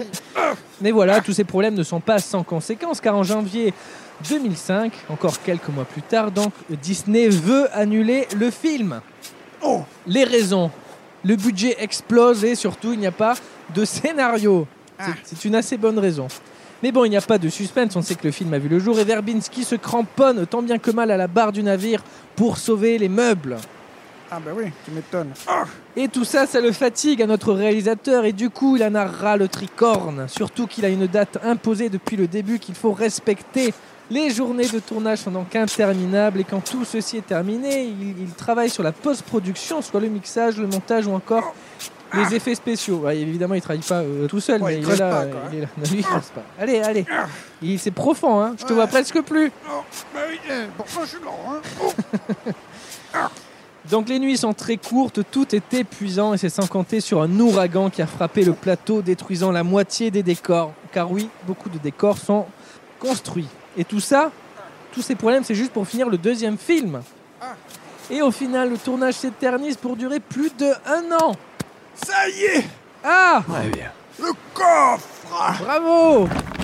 Mais voilà, tous ces problèmes ne sont pas sans conséquences, car en janvier 2005, encore quelques mois plus tard, donc, Disney veut annuler le film. Les raisons. Le budget explose et surtout, il n'y a pas de scénario. C'est une assez bonne raison. Mais bon, il n'y a pas de suspense, on sait que le film a vu le jour et Verbinski se cramponne tant bien que mal à la barre du navire pour sauver les meubles. Ah bah oui, tu m'étonnes. Et tout ça, ça le fatigue à notre réalisateur et du coup, il en a ras le tricorne. Surtout qu'il a une date imposée depuis le début qu'il faut respecter. Les journées de tournage sont donc interminables et quand tout ceci est terminé, il travaille sur la post-production, soit le mixage, le montage ou encore les effets spéciaux. Ouais, évidemment, il ne travaille pas tout seul, mais il est là. Non, lui, il creuse pas. Allez. C'est profond, hein. Je te vois presque plus. Bah oui, pourquoi je suis grand, hein? Donc les nuits sont très courtes, tout est épuisant et c'est sans compter sur un ouragan qui a frappé le plateau, détruisant la moitié des décors. Car oui, beaucoup de décors sont construits. Et tout ça, tous ces problèmes, c'est juste pour finir le deuxième film. Et au final, le tournage s'éternise pour durer plus d'1 an. Ça y est! Ah! Ouais, bien. Le coffre! Bravo!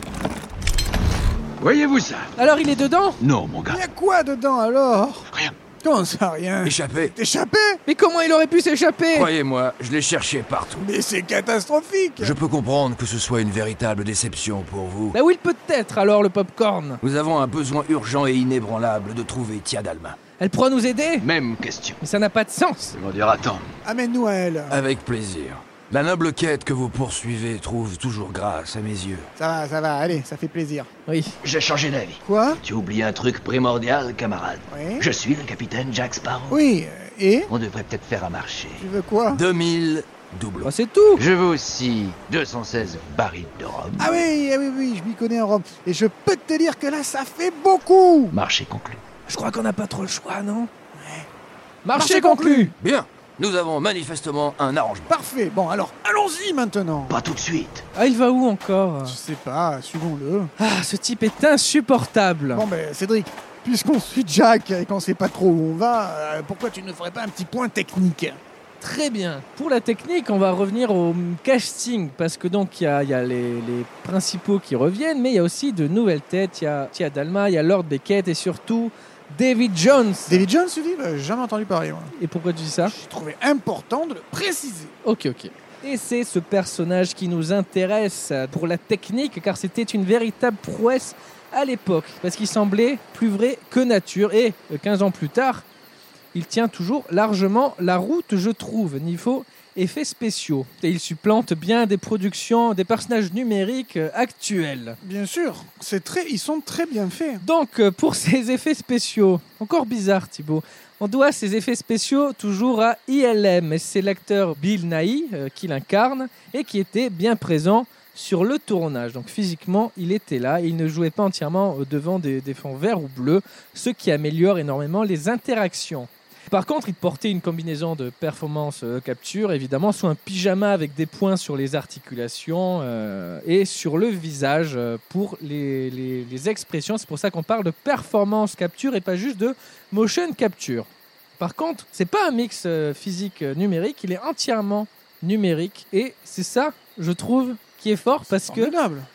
Voyez-vous ça? Alors il est dedans? Non, mon gars. Il y a quoi dedans alors? Rien. Comment ça, rien? Échappé. Échappé? Mais comment il aurait pu s'échapper? Croyez-moi, je l'ai cherché partout. Mais c'est catastrophique! Je peux comprendre que ce soit une véritable déception pour vous. Bah oui, peut-être alors le popcorn. Nous avons un besoin urgent et inébranlable de trouver Tia Dalma. Elle pourra nous aider? Même question. Mais ça n'a pas de sens. Ils vont dire attends. Amène-nous à elle. Avec plaisir. La noble quête que vous poursuivez trouve toujours grâce à mes yeux. Ça va, allez, ça fait plaisir. Oui. J'ai changé d'avis. Quoi? Tu oublies un truc primordial, camarade. Oui? Je suis le capitaine Jack Sparrow. Oui, et? On devrait peut-être faire un marché. Tu veux quoi? 2000 doublons. Bah, c'est tout. Je veux aussi 216 barils de rhum. Ah oui, je m'y connais en rhum. Et je peux te dire que là, ça fait beaucoup! Marché conclu. Je crois qu'on n'a pas trop le choix, non? Ouais. Marché conclu. Bien. Nous avons manifestement un arrangement. Parfait. Bon, alors, allons-y maintenant. Pas tout de suite. Ah, il va où encore? Je sais pas, suivons-le. Ah, ce type est insupportable. Bon, ben, Cédric, puisqu'on suit Jack et qu'on sait pas trop où on va, pourquoi tu ne ferais pas un petit point technique? Très bien. Pour la technique, on va revenir au casting, parce que donc il y a les principaux qui reviennent, mais il y a aussi de nouvelles têtes. Il y a Tia Dalma, il y a Lord Beckett et surtout Davy Jones. Davy Jones, tu dis? J'ai jamais entendu parler, moi. Et pourquoi tu dis ça? J'ai trouvé important de le préciser. Ok. Et c'est ce personnage qui nous intéresse pour la technique, car c'était une véritable prouesse à l'époque, parce qu'il semblait plus vrai que nature. Et 15 ans plus tard, il tient toujours largement la route, je trouve, niveau effets spéciaux. Et il supplante bien des productions, des personnages numériques actuels. Bien sûr, ils sont très bien faits. Donc, pour ces effets spéciaux, encore bizarre Thibaut, on doit ces effets spéciaux toujours à ILM. Et c'est l'acteur Bill Nighy qui l'incarne et qui était bien présent sur le tournage. Donc physiquement, il était là et il ne jouait pas entièrement devant des fonds verts ou bleus, ce qui améliore énormément les interactions. Par contre, il portait une combinaison de performance capture, évidemment, sous un pyjama avec des points sur les articulations et sur le visage pour les expressions. C'est pour ça qu'on parle de performance capture et pas juste de motion capture. Par contre, c'est pas un mix physique numérique, il est entièrement numérique et c'est ça, je trouve, qui est fort parce que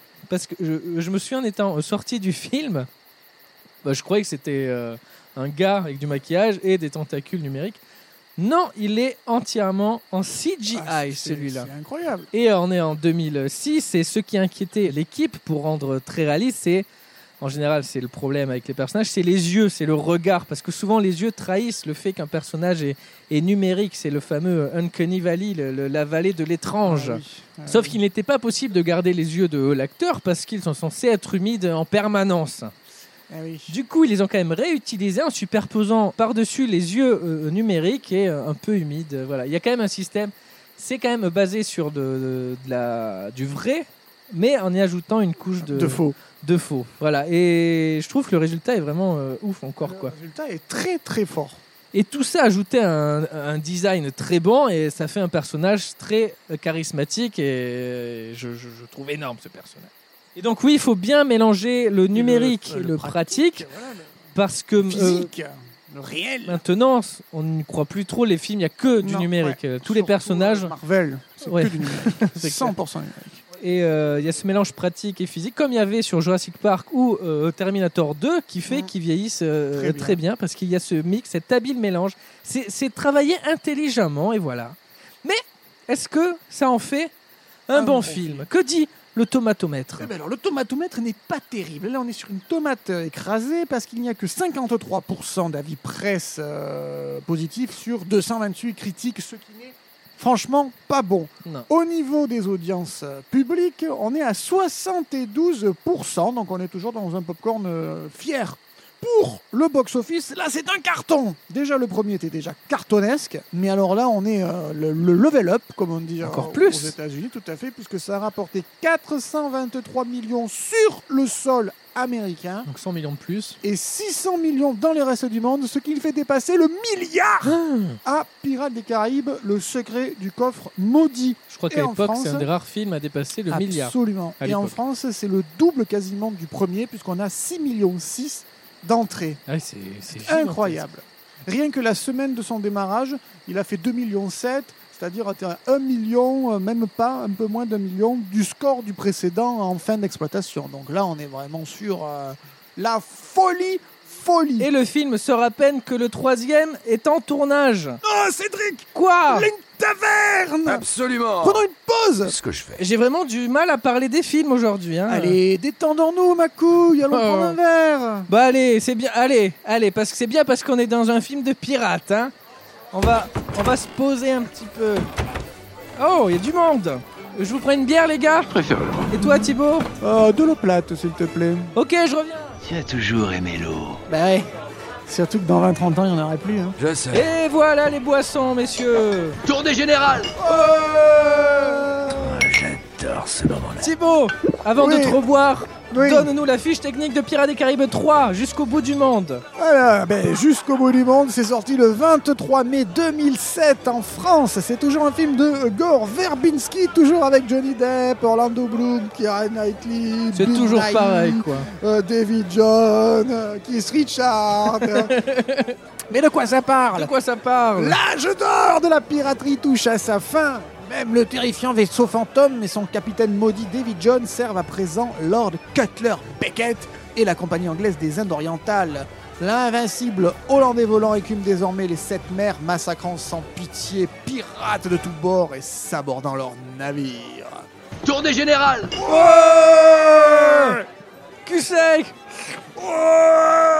je me souviens en étant sorti du film, je croyais que c'était un gars avec du maquillage et des tentacules numériques. Non, il est entièrement en CGI, celui-là. C'est incroyable. Et on est en 2006 et ce qui inquiétait l'équipe pour rendre très réaliste, c'est en général, c'est le problème avec les personnages, c'est les yeux, c'est le regard, parce que souvent les yeux trahissent le fait qu'un personnage est numérique. C'est le fameux Uncanny Valley, la vallée de l'étrange. Sauf qu'il n'était pas possible de garder les yeux de l'acteur parce qu'ils sont censés être humides en permanence. Du coup, ils les ont quand même réutilisés en superposant par-dessus les yeux numériques et un peu humides. Voilà. Il y a quand même un système, c'est quand même basé sur du vrai, mais en y ajoutant une couche de faux. Voilà. Et je trouve que le résultat est vraiment ouf encore. Le résultat est très très fort. Et tout ça ajouté à un design très bon et ça fait un personnage très charismatique et je trouve énorme ce personnage. Et donc oui, il faut bien mélanger le numérique et le pratique parce que physique, le réel. Maintenant, on ne croit plus trop les films, il n'y a que du numérique. Tous les personnages... Marvel, c'est que du numérique. C'est 100% numérique. Et il y a ce mélange pratique et physique, comme il y avait sur Jurassic Park ou Terminator 2, qui fait qu'ils vieillissent très bien, parce qu'il y a ce mix, cet habile mélange. C'est travaillé intelligemment, et voilà. Mais est-ce que ça en fait un bon film ? Que dit le tomatomètre ? Alors, le tomatomètre n'est pas terrible. Là, on est sur une tomate écrasée, parce qu'il n'y a que 53% d'avis presse positifs sur 228 critiques, ce qui n'est franchement pas bon. Non. Au niveau des audiences publiques, on est à 72%, donc on est toujours dans un popcorn fier. Pour le box-office, là c'est un carton. Déjà le premier était déjà cartonnesque, mais alors là on est le level up, comme on dit encore plus aux États-Unis, tout à fait, puisque ça a rapporté 423 millions sur le sol américain. Donc 100 millions de plus. Et 600 millions dans les restes du monde, ce qui fait dépasser le milliard à Pirates des Caraïbes, le secret du coffre maudit. Je crois qu'à l'époque, c'est un des rares films à dépasser le milliard. Absolument. Et en France, c'est le double quasiment du premier, puisqu'on a 6,6 millions d'entrées. Ah, c'est incroyable. Rien que la semaine de son démarrage, il a fait 2,7 millions, c'est-à-dire 1 million, même pas, un peu moins d'1 million du score du précédent en fin d'exploitation. Donc là, on est vraiment sur la folie. Et le film sort à peine que le 3e est en tournage. Oh, Cédric! Quoi? Une taverne! Absolument! Prenons une pause! C'est ce que je fais. J'ai vraiment du mal à parler des films aujourd'hui. Hein. Allez, détendons-nous, ma couille, allons prendre un verre! Bah allez, c'est bien, allez, parce que c'est bien parce qu'on est dans un film de pirates. Hein. On va se poser un petit peu. Oh, il y a du monde! Je vous prends une bière, les gars? Je préfère le vin. Et toi, Thibaut? De l'eau plate, s'il te plaît. Ok, je reviens. Tu as toujours aimé l'eau. Bah ouais. Surtout que dans 20-30 ans, il n'y en aurait plus. Hein. Je sais. Et voilà les boissons, messieurs. Tournée générale. J'adore ce moment-là. Thibaut, avant de te revoir, Oui. donne-nous la fiche technique de Pirates des Caraïbes 3 jusqu'au bout du monde. Voilà, jusqu'au bout du monde, c'est sorti le 23 mai 2007 en France. C'est toujours un film de Gore Verbinski, toujours avec Johnny Depp, Orlando Bloom, Keira Knightley. C'est Bill toujours Nighy, pareil, quoi. David John, Keith Richards. Mais de quoi ça parle? De quoi ça parle? L'âge d'or de la piraterie touche à sa fin. Même le terrifiant vaisseau fantôme et son capitaine maudit David John servent à présent Lord Cutler Beckett et la compagnie anglaise des Indes orientales. L'invincible Hollandais volant écume désormais les 7 mers, massacrant sans pitié pirates de tous bords et sabordant leurs navires. Tournée générale. Cul sec.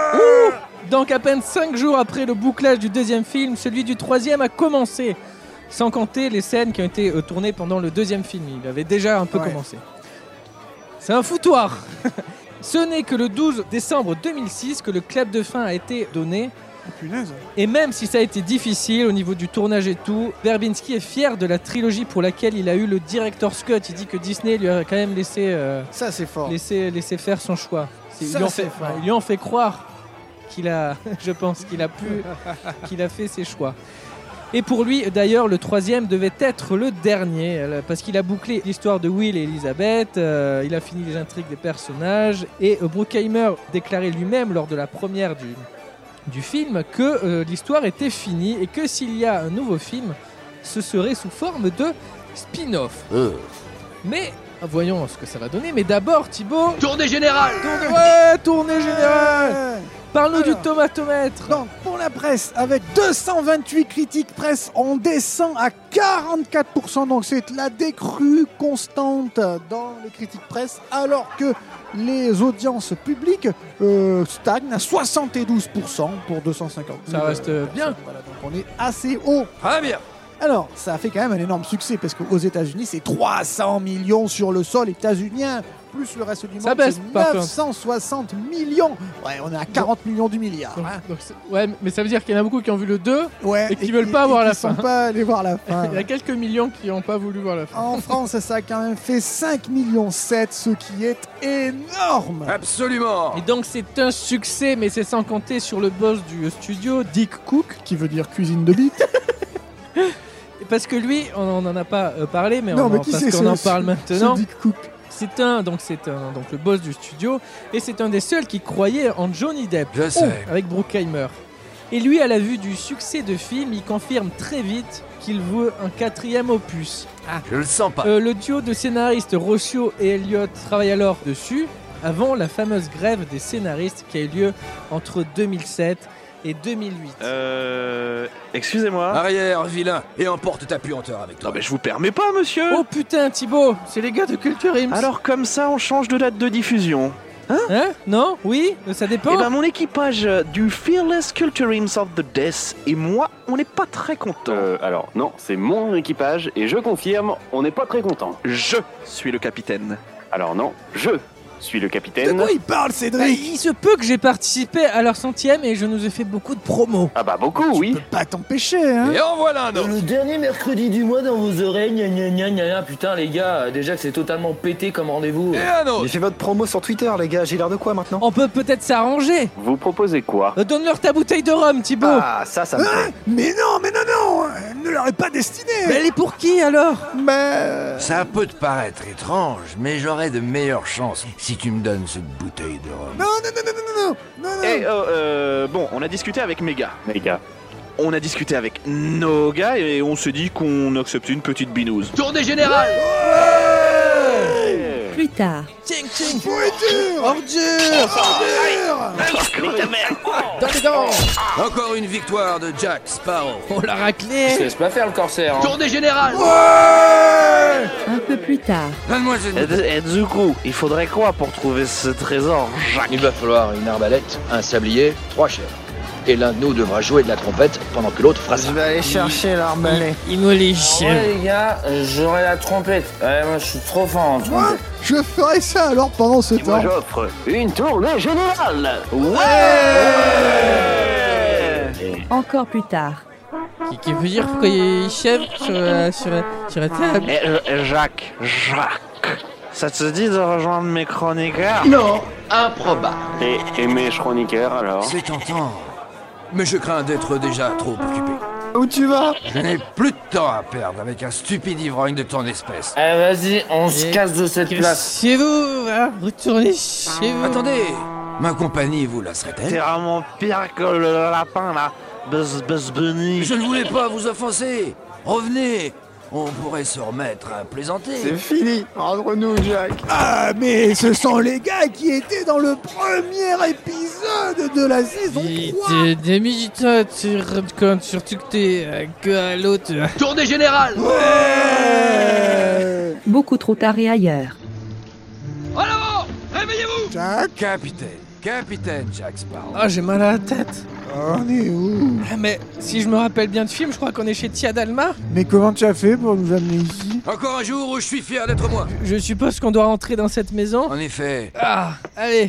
Donc à peine 5 jours après le bouclage du 2e film, celui du 3e a commencé. Sans compter les scènes qui ont été tournées pendant le deuxième film. Il avait déjà un peu commencé. C'est un foutoir. Ce n'est que le 12 décembre 2006 que le clap de fin a été donné. Oh, punaise. Et même si ça a été difficile au niveau du tournage et tout, Verbinski est fier de la trilogie pour laquelle il a eu le director's cut. Il dit que Disney lui a quand même laissé, ça c'est fort. laissé faire son choix. Ils lui ont fait croire qu'il a, je pense, qu'il a fait ses choix. Et pour lui, d'ailleurs, le troisième devait être le dernier, parce qu'il a bouclé l'histoire de Will et Elizabeth, il a fini les intrigues des personnages, et Bruckheimer déclarait lui-même lors de la première du film que l'histoire était finie, et que s'il y a un nouveau film, ce serait sous forme de spin-off. Mais, voyons ce que ça va donner, mais d'abord, Thibaut... Tournée générale. Tournée générale. Parle-nous du tomatomètre. Donc, pour la presse, avec 228 critiques presse, on descend à 44%. Donc, c'est la décrue constante dans les critiques presse, alors que les audiences publiques stagnent à 72% pour 250 000. Ça reste bien. Voilà, donc on est assez haut. Très bien. Alors, ça a fait quand même un énorme succès, parce qu'aux États-Unis, c'est 300 millions sur le sol états-unien. Plus le reste du monde, c'est 960 millions. Ouais, on est à 40 millions du milliard. Donc mais ça veut dire qu'il y en a beaucoup qui ont vu le 2 et qui ne veulent pas voir la fin. Ils ne sont pas allés voir la fin. Il y a quelques millions qui n'ont pas voulu voir la fin. En France, ça a quand même fait 5,7 millions, ce qui est énorme. Absolument. Et donc c'est un succès, mais c'est sans compter sur le boss du studio, Dick Cook. Qui veut dire cuisine de bite. Parce que lui, on n'en a pas parlé, mais parce qu'on en parle maintenant. Dick Cook. C'est le boss du studio, et c'est un des seuls qui croyait en Johnny Depp. Je sais. Avec Bruckheimer. Et lui, à la vue du succès de film, il confirme très vite qu'il veut un 4e opus. Je le sens pas. Le duo de scénaristes Rossio et Elliott travaille alors dessus, avant la fameuse grève des scénaristes qui a eu lieu entre 2007 et 2008. Excusez-moi. Arrière, vilain, et emporte ta puanteur avec toi. Non mais je vous permets pas, monsieur. Oh putain, Thibaut, c'est les gars de Culture Ims. Alors comme ça, on change de date de diffusion. Hein? Non? Oui? Ça dépend. Eh ben mon équipage du Fearless Culture Ims of the Death et moi, on n'est pas très contents. Alors non, c'est mon équipage et je confirme, on n'est pas très content. Je suis le capitaine. Alors non, je suis le capitaine. De quoi il parle, Cédric? Il se peut que j'ai participé à leur 100e et je nous ai fait beaucoup de promos. Ah bah beaucoup, oui. Tu peux pas t'empêcher, hein. Et en voilà un autre. Le dernier mercredi du mois dans vos oreilles, gna gna gna gna gna. Putain les gars, déjà que c'est totalement pété comme rendez-vous. Et un autre. J'ai fait votre promo sur Twitter, les gars, j'ai l'air de quoi maintenant? On peut peut-être s'arranger. Vous proposez quoi? Donne-leur ta bouteille de rhum, Thibaut. Ah, ça me plaît. Mais non, ne leur est pas destinée. Mais elle est pour qui alors? Ça peut te paraître étrange, mais j'aurais de meilleures chances si tu me donnes cette bouteille de rhum. Non. Bon, on a discuté avec Méga. On a discuté avec nos gars et on s'est dit qu'on acceptait une petite binouse. Tournée générale. Plus tard. Ting ting. Ordure. Dans les dents. Encore une victoire de Jack Sparrow. On l'a raclé. Je laisse pas faire le corsaire. Tournée générale. Un peu plus tard. Donne-moi cette... Et du coup, il faudrait quoi pour trouver ce trésor, Jacques? Il va falloir une arbalète, un sablier, 3 chèvres. Et l'un de nous devra jouer de la trompette pendant que l'autre fera ça. Je vais aller chercher l'arbalète. Il me les Ouais les gars, j'aurai la trompette. Ouais, moi je suis trop fort en Moi, trompette. je ferai ça alors pendant ce Et moi temps. j'offre une tournée générale. Encore plus tard. Qui veut dire pourquoi il y a chèvre sur la table. Jacques, ça te dit de rejoindre mes chroniqueurs? Non, improbable. Et mes chroniqueurs alors? C'est tentant, mais je crains d'être déjà trop occupé. Où tu vas? Je n'ai plus de temps à perdre avec un stupide ivrogne de ton espèce. Allez vas-y, on se casse de cette place. Chez vous, hein, retournez chez vous. Attendez, ma compagnie vous lasserait-elle? T'es vraiment pire que le lapin là. Buzz Bunny. Je ne voulais pas vous offenser. Revenez, on pourrait se remettre à plaisanter. C'est fini, entre nous, Jack. Ah, mais ce sont les gars qui étaient dans le premier épisode de la saison 3. Demi-toi, tu comptes surtout que t'es que à l'autre. Tournée générale. Beaucoup trop tard et ailleurs. En avant. Réveillez-vous. Jack, Capitaine, Capitaine Jack Sparrow. Ah, j'ai mal à la tête. On est où? Ah, mais si je me rappelle bien de film, je crois qu'on est chez Tia Dalma. Mais comment tu as fait pour nous amener ici? Encore un jour où je suis fier d'être moi. Je suppose qu'on doit rentrer dans cette maison. En effet. Ah, allez.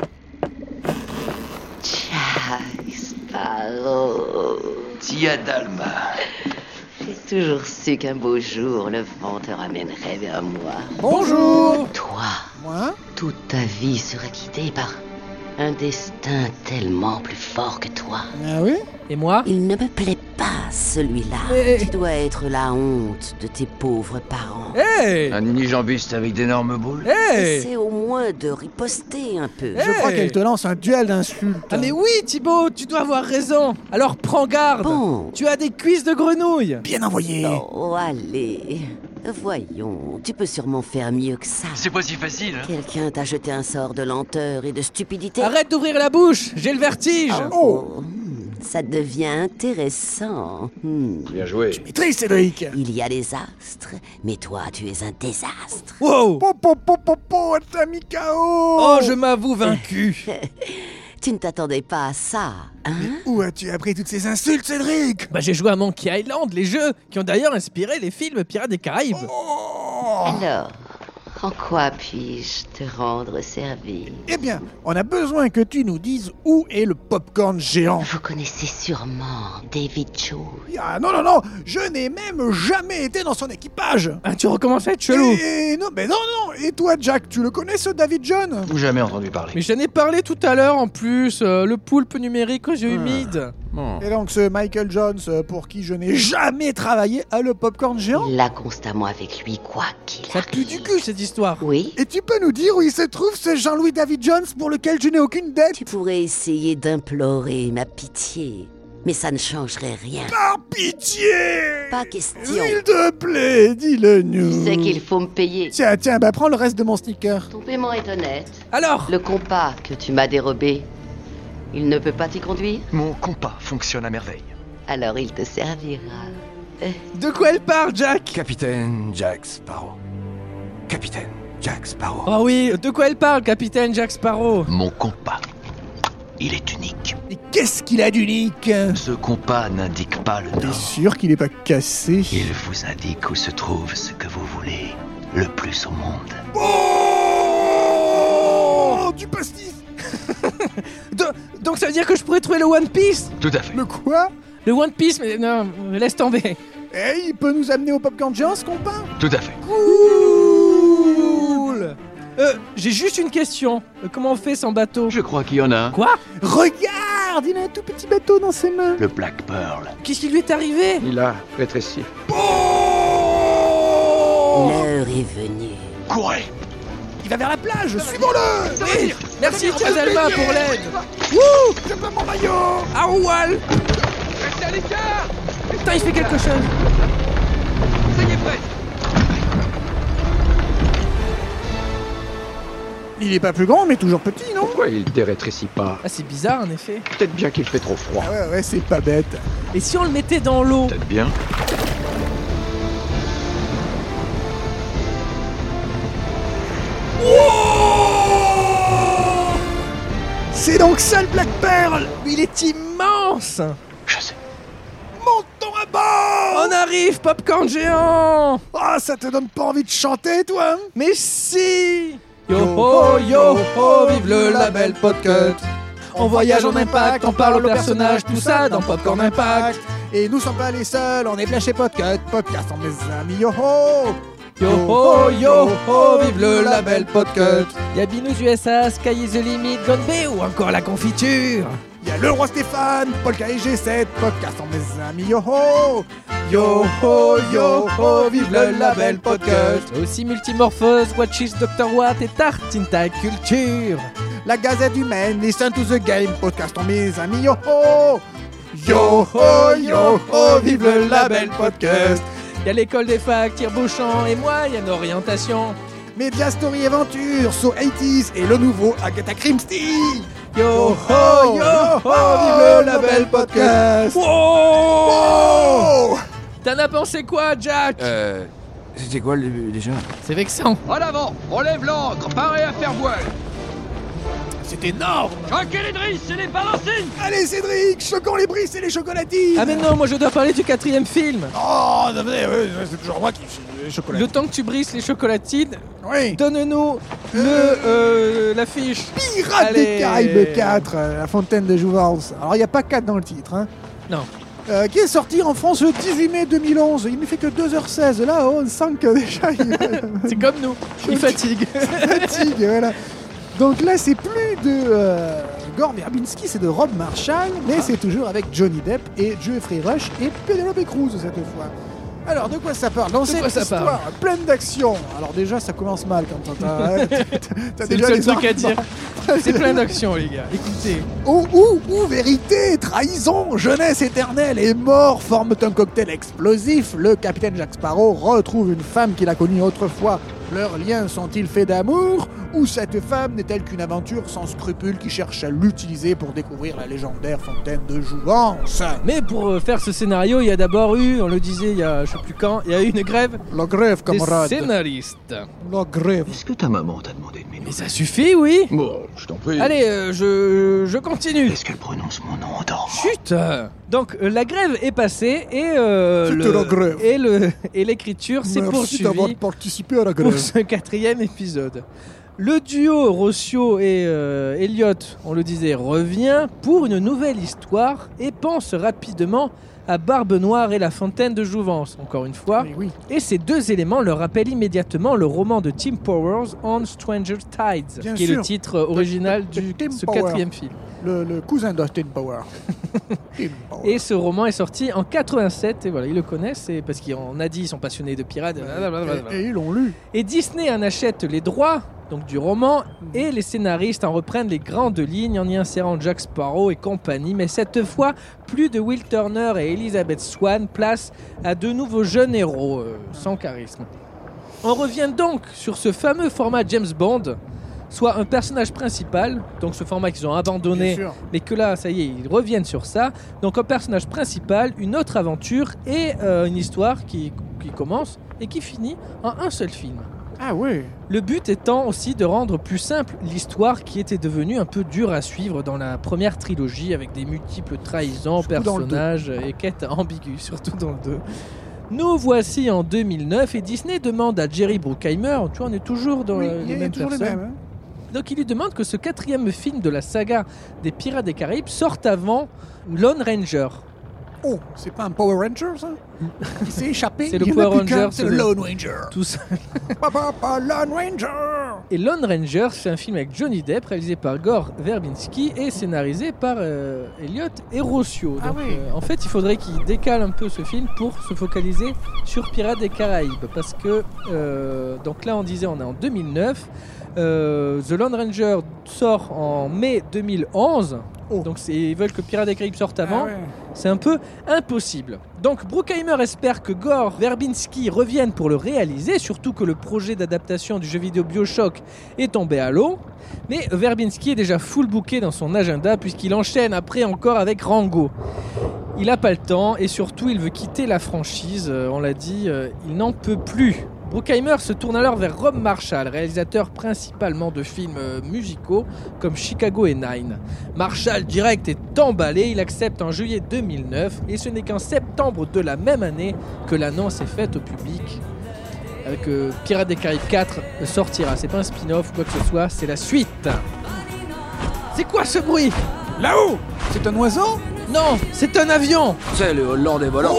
Jack Sparrow. Tia Dalma. J'ai toujours su qu'un beau jour, le vent te ramènerait vers moi. Bonjour. Toi, Moi? toute ta vie sera guidée par un destin tellement plus fort que toi. Ah oui? Et moi? Il ne me plaît pas, celui-là. Mais- Tu dois être la honte de tes pauvres parents. Hey. Un unijambiste avec d'énormes boules. Hey. Essaie au moins de riposter un peu. Je crois qu'elle te lance un duel d'insultes. Ah mais oui, Thibaut, tu dois avoir raison. Alors prends garde. Bon. Tu as des cuisses de grenouille. Bien envoyé. Oh, allez. Voyons, tu peux sûrement faire mieux que ça. C'est pas si facile, hein. Quelqu'un t'a jeté un sort de lenteur et de stupidité. Arrête d'ouvrir la bouche, j'ai le vertige. Oh, ça devient intéressant. Bien joué. Maîtrise, Cédric. Il y a des astres, mais toi, tu es un désastre. Wow. Po, t'as mis KO. Oh, je m'avoue vaincu. Tu ne t'attendais pas à ça, hein? Où as-tu appris toutes ces insultes, Cédric? Bah j'ai joué à Monkey Island, les jeux qui ont d'ailleurs inspiré les films Pirates des Caraïbes. Alors, en quoi puis-je te rendre service? Eh bien, on a besoin que tu nous dises où est le popcorn géant. Vous connaissez sûrement David Jones. Ah non, je n'ai même jamais été dans son équipage. Ah, tu recommences à être chelou. Et non, mais non. Et toi, Jack, tu le connais, ce David John? Jamais entendu parler. Mais j'en ai parlé tout à l'heure en plus, le poulpe numérique aux yeux humides. Et donc ce Michael Jones, pour qui je n'ai jamais travaillé, a le popcorn géant? Il l'a constamment avec lui, quoi qu'il Ça pue du cul cette histoire. Oui. Et tu peux nous dire où il se trouve, ce Jean-Louis David Jones pour lequel je n'ai aucune dette? Tu pourrais essayer d'implorer ma pitié, mais ça ne changerait rien. Par pitié! Pas question. S'il te plaît, dis-le-nous. C'est qu'il faut me payer. Tiens, bah prends le reste de mon sticker. Ton paiement est honnête. Alors? Le compas que tu m'as dérobé, il ne peut pas t'y conduire? Mon compas fonctionne à merveille. Alors il te servira. De quoi elle parle, Jack? Capitaine Jack Sparrow. Capitaine Jack Sparrow. Oh oui, de quoi elle parle, capitaine Jack Sparrow? Mon compas. Il est unique. Et qu'est-ce qu'il a d'unique? Ce compas n'indique pas le T'es nord. sûr qu'il est pas cassé? Il vous indique où se trouve ce que vous voulez le plus au monde. Oh, du pastis. Donc ça veut dire que je pourrais trouver le One Piece? Tout à fait. Le quoi? Le One Piece, mais non, laisse tomber. Eh, il peut nous amener au popcorn géant, ce compas? Tout à fait. Cool. J'ai juste une question. Comment on fait sans bateau? Je crois qu'il y en a un. Quoi? Regarde, il a un tout petit bateau dans ses mains. Le Black Pearl. Qu'est-ce qui lui est arrivé? Il a rétréci. L'heure est venue. Courez! Il va vers la plage, suivons-le. Oui, merci Tchazalma pour l'aide. Wouh, j'ai pas mon maillot. Aroual. Restez à l'écart! Putain, il fait quelque chose. Ça y est, prête! Il est pas plus grand, mais toujours petit, non? Pourquoi il dérétrécit pas? Ah, c'est bizarre en effet. Peut-être bien qu'il fait trop froid. Ah ouais, c'est pas bête. Et si on le mettait dans l'eau? Peut-être bien. C'est donc ça le Black Pearl. Il est immense. Je sais. Montons à bord. On arrive, popcorn géant. Ah, ça te donne pas envie de chanter, toi? Mais si. Yo ho, yo ho, vive le label Podcut. On voyage en impact, on parle aux personnages, tout ça dans Popcorn Impact. Et nous sommes pas les seuls, on est Flash et Podcut, podcast en mes amis, yo ho. Yo ho, vive le label Podcut. Y'a Binous USA, Sky is the Limit, Gone Bay ou encore la confiture. Il y a le roi Stéphane, Polka et G7, podcast en mes amis, yo ho. Yo ho, vive le label Podcut. Aussi Multimorphose, Watchis, Dr. Watt et Tartine ta culture. La Gazette humaine, Listen to the Game, podcast en mes amis, yo ho. Yo ho, vive le label Podcast. Y'a l'école des facs, Tire-Bouchon et moi, y'a une orientation. Media Story Aventure, So 80s et le nouveau Agatha Christie. Yo ho, vive le label Podcast. Wow. T'en as pensé quoi, Jack? C'était quoi déjà? C'est vexant. En avant! On lève l'ancre! Paré à faire voile! c'est énorme. Choquez les drisses et les balancines. Allez Cédric, choquons les brises et les chocolatines. Ah mais non, moi je dois parler du 4e film. Oh, c'est toujours moi qui suis les chocolatines. Le temps que tu brises les chocolatines, oui. Donne-nous l'affiche. Pirates des Caraïbes 4, la fontaine de Jouvence. Alors il n'y a pas 4 dans le titre, hein. Non. Qui est sorti en France le 18 mai 2011. Il ne fait que 2h16. Là, on sent que déjà... C'est comme nous, il fatigue. Voilà. Donc là, c'est plus de Gore Verbinski, c'est de Rob Marshall, mais c'est toujours avec Johnny Depp et Geoffrey Rush et Penelope Cruz cette fois. Alors, de quoi ça parle? Dans cette histoire pleine d'action. Alors déjà, ça commence mal quand t'as déjà le seul truc à dire. C'est plein d'action, les gars. Écoutez. Où vérité, trahison, jeunesse éternelle et mort forment un cocktail explosif. Le capitaine Jack Sparrow retrouve une femme qu'il a connue autrefois. Leurs liens sont-ils faits d'amour? Ou cette femme n'est-elle qu'une aventure sans scrupules qui cherche à l'utiliser pour découvrir la légendaire fontaine de Jouvence? Mais pour faire ce scénario, il y a d'abord eu, on le disait il y a je sais plus quand, il y a eu une grève. La grève, camarade. Des scénaristes. La grève. Est-ce que ta maman t'a demandé de m'aimer? Mais ça suffit, oui. Bon, je t'en prie. Allez, je continue. Est-ce qu'elle prononce mon nom en dormant? Chut. Donc la grève est passée et la grève. Et l'écriture s'est poursuivie. Merci d'avoir participé à la grève. Pour ce 4e épisode. Le duo Rossio et Elliot, on le disait, revient pour une nouvelle histoire et pense rapidement à Barbe Noire et la fontaine de Jouvence, encore une fois. Oui. Et ces deux éléments leur rappellent immédiatement le roman de Tim Powers, On Stranger Tides, qui est le titre original de ce 4e film. Le cousin d'Austin Power. Et ce roman est sorti en 87, et voilà, ils le connaissent, et parce qu'on a dit, ils sont passionnés de pirates. Et ils l'ont lu. Et Disney en achète les droits donc du roman, et les scénaristes en reprennent les grandes lignes en y insérant Jack Sparrow et compagnie, mais cette fois, plus de Will Turner et Elizabeth Swann, place à de nouveaux jeunes héros sans charisme. On revient donc sur ce fameux format James Bond, soit un personnage principal, donc ce format qu'ils ont abandonné, mais que là, ça y est, ils reviennent sur ça. Donc un personnage principal, une autre aventure et une histoire qui commence et qui finit en un seul film. Ah oui. Le but étant aussi de rendre plus simple l'histoire qui était devenue un peu dure à suivre dans la première trilogie avec des multiples trahisons, personnages et quêtes ambiguës, surtout dans le 2. Nous voici en 2009 et Disney demande à Jerry Bruckheimer, tu vois, on est toujours dans les mêmes personnes. Donc il lui demande que ce 4e film de la saga des Pirates des Caraïbes sorte avant Lone Ranger. Oh, c'est pas un Power Ranger, ça? Il s'est échappé. C'est le Power Ranger. C'est le Lone Ranger. Tout ça. Lone Ranger. Et Lone Ranger, c'est un film avec Johnny Depp, réalisé par Gore Verbinski et scénarisé par Elliot et Rossio. Donc, en fait, il faudrait qu'il décale un peu ce film pour se focaliser sur Pirates des Caraïbes. Parce que, donc là, on disait, on est en 2009. The Lone Ranger sort en mai 2011. Donc ils veulent que Pirates des Caraïbes sorte avant. C'est un peu impossible. Donc Bruckheimer espère que Gore Verbinski revienne pour le réaliser, surtout que le projet d'adaptation du jeu vidéo BioShock est tombé à l'eau. Mais Verbinski est déjà full booké dans son agenda puisqu'il enchaîne après encore avec Rango. Il n'a pas le temps et surtout il veut quitter la franchise, on l'a dit, il n'en peut plus. Bruckheimer se tourne alors vers Rob Marshall, réalisateur principalement de films musicaux comme Chicago et Nine. Marshall, direct, est emballé, il accepte en juillet 2009 et ce n'est qu'en septembre de la même année que l'annonce est faite au public. Avec Pirates des Caraïbes 4 sortira. C'est pas un spin-off ou quoi que ce soit, c'est la suite. C'est quoi ce bruit? Là-haut! C'est un oiseau? Non, c'est un avion! C'est le Hollandais volant.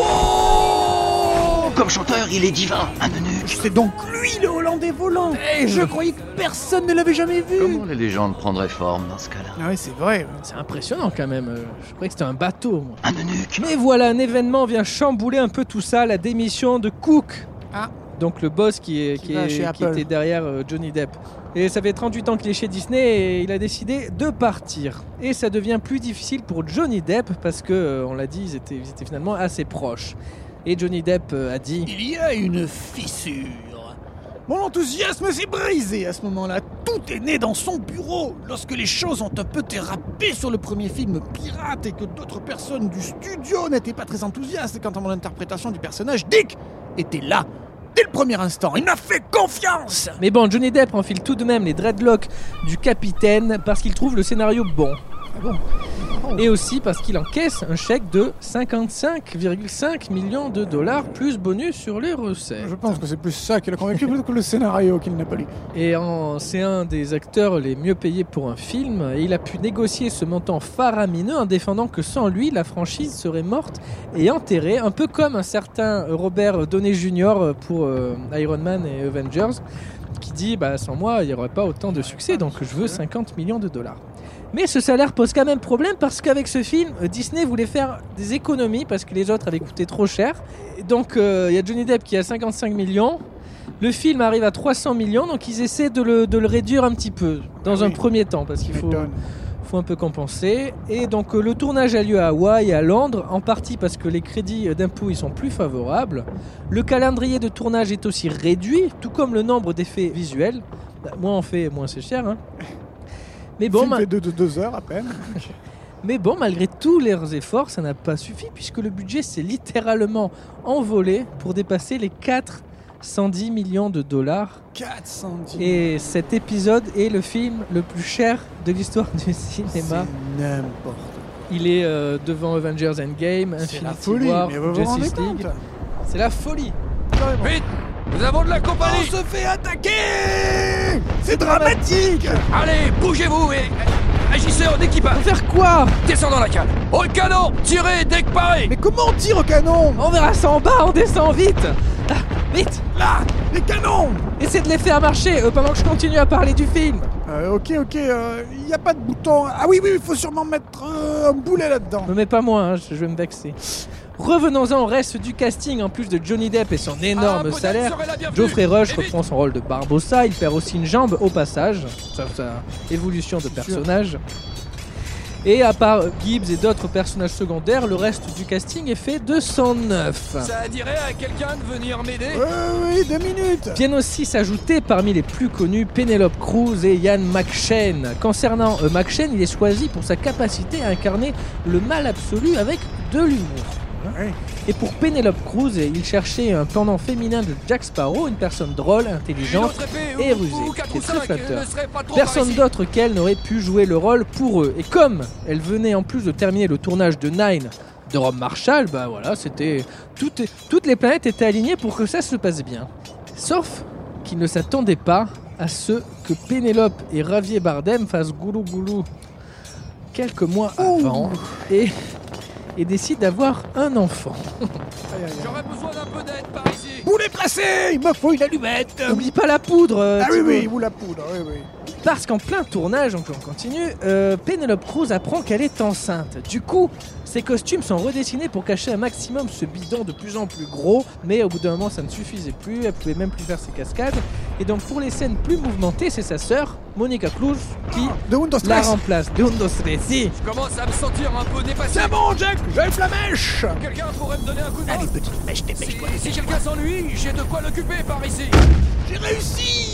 Comme chanteur, il est divin, un eunuque. C'est donc lui le Hollandais volant. Je croyais que personne ne l'avait jamais vu. Comment les légendes prendraient forme dans ce cas-là? Ah oui, c'est vrai. C'est impressionnant quand même. Je croyais que c'était un bateau, moi. Un eunuque. Mais voilà, un événement vient chambouler un peu tout ça, la démission de Cook. Donc le boss qui était derrière Johnny Depp. Et ça fait 38 ans qu'il est chez Disney et il a décidé de partir. Et ça devient plus difficile pour Johnny Depp parce que, on l'a dit, ils étaient finalement assez proches. Et Johnny Depp a dit: il y a une fissure. Mon enthousiasme s'est brisé à ce moment-là. Tout est né dans son bureau. Lorsque les choses ont un peu dérapé sur le premier film pirate et que d'autres personnes du studio n'étaient pas très enthousiastes quant à mon interprétation du personnage, Dick était là. dès le premier instant. Il m'a fait confiance. Mais bon, Johnny Depp enfile tout de même les dreadlocks du capitaine parce qu'il trouve le scénario bon. Et aussi parce qu'il encaisse un chèque de 55,5 millions de dollars plus bonus sur les recettes. Je pense que c'est plus ça qui l'a convaincu plutôt que le scénario qu'il n'a pas lu. Et c'est un des acteurs les mieux payés pour un film. Et il a pu négocier ce montant faramineux en défendant que sans lui, la franchise serait morte et enterrée. Un peu comme un certain Robert Downey Jr. pour Iron Man et Avengers, qui dit sans moi, il n'y aurait pas autant de succès, donc je veux 50 millions de dollars. Mais ce salaire pose quand même problème parce qu'avec ce film, Disney voulait faire des économies parce que les autres avaient coûté trop cher. Et donc il y a Johnny Depp qui a 55 millions. Le film arrive à 300 millions, donc ils essaient de le réduire un petit peu dans un premier temps parce qu'il faut un peu compenser. Et donc le tournage a lieu à Hawaï et à Londres, en partie parce que les crédits d'impôt ils sont plus favorables. Le calendrier de tournage est aussi réduit, tout comme le nombre d'effets visuels. Moins on fait, moins c'est cher. Mais bon, fait de 2 heures à peine. Mais bon, malgré tous leurs efforts, ça n'a pas suffi puisque le budget s'est littéralement envolé pour dépasser les 410 millions de dollars. 410. Et cet épisode est le film le plus cher de l'histoire du cinéma. C'est n'importe quoi. Il est devant Avengers Endgame, Infinity War, Justice League. C'est la folie. Vite, nous avons de la compagnie. On se fait attaquer. C'est dramatique. Allez, bougez-vous et agissez en équipage. Faut faire quoi? Descends dans la cale. Au canon, tirez dès que paré. Mais comment on tire au canon? On verra ça en bas, on descend vite. Vite. Là, les canons. Essaie de les faire marcher pendant que je continue à parler du film. Ok, il n'y a pas de bouton. Ah oui, il faut sûrement mettre un boulet là-dedans. Me mets pas moi, je vais me vexer. Revenons-en au reste du casting. En plus de Johnny Depp et son énorme salaire, Geoffrey Rush reprend son rôle de Barbossa. Il perd aussi une jambe au passage. Sa évolution de personnage. Et à part Gibbs et d'autres personnages secondaires, le reste du casting est fait de 109. Ça dirait à quelqu'un de venir m'aider? Oui, 2 minutes. Viennent aussi s'ajouter parmi les plus connus Penelope Cruz et Ian McShane. Concernant McShane, il est choisi pour sa capacité à incarner le mal absolu avec de l'humour. Et pour Penelope Cruz, il cherchait un pendant féminin de Jack Sparrow, une personne drôle, intelligente et rusée, qui est très flatteur. Personne d'autre qu'elle n'aurait pu jouer le rôle pour eux. Et comme elle venait en plus de terminer le tournage de Nine de Rob Marshall, c'était toutes les planètes étaient alignées pour que ça se passe bien. Sauf qu'ils ne s'attendaient pas à ce que Penelope et Javier Bardem fassent goulou goulou quelques mois avant et décide d'avoir un enfant. J'aurais besoin d'un peu d'aide par ici. Boulet placé. Il me faut une allumette. N'oublie pas la poudre. Oui, ou la poudre, oui. Parce qu'en plein tournage, on continue, Penelope Cruz apprend qu'elle est enceinte. Du coup, ses costumes sont redessinés pour cacher un maximum ce bidon de plus en plus gros, mais au bout d'un moment, ça ne suffisait plus, elle pouvait même plus faire ses cascades. Et donc pour les scènes plus mouvementées, c'est sa sœur, Monica Cruz, qui la remplace. De Undo Stress. Je commence à me sentir un peu dépassé. C'est bon, Jack, j'ai la mèche. Quelqu'un pourrait me donner un coup de main? Allez, petite mèche, dépêche-toi. Si quelqu'un s'ennuie, j'ai de quoi l'occuper par ici. J'ai réussi.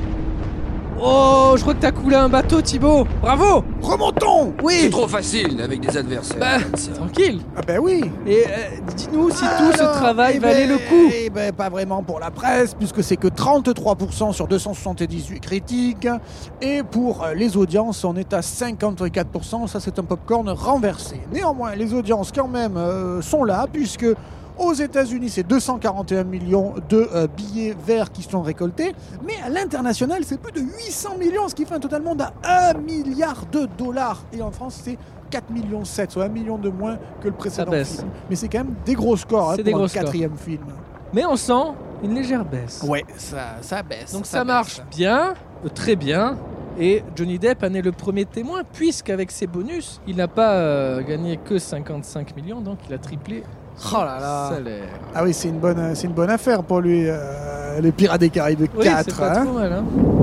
Oh, je crois que t'as coulé un bateau, Thibaut. Bravo. Remontons. Oui. C'est trop facile avec des adversaires. Tranquille. Ah oui. Et dis-nous si tout ce travail valait le coup. Pas vraiment pour la presse, puisque c'est que 33% sur 278 critiques. Et pour les audiences, on est à 54%. Ça, c'est un popcorn renversé. Néanmoins, les audiences, quand même, sont là, puisque aux États-Unis, c'est 241 millions de billets verts qui sont récoltés. Mais à l'international, c'est plus de 800 millions, ce qui fait un total monde à 1 milliard de dollars. Et en France, c'est 4,7 millions, soit 1 million de moins que le précédent film. Mais c'est quand même des gros scores pour un 4e film. Mais on sent une légère baisse. Ouais, ça baisse. Donc ça marche bien, très bien. Et Johnny Depp en est le premier témoin, puisqu'avec ses bonus, il n'a pas gagné que 55 millions, donc il a triplé. Oh là là. Salaire. Ah oui, c'est une bonne affaire pour lui, les Pirates des Caraïbes 4. Oui, c'est pas trop mal.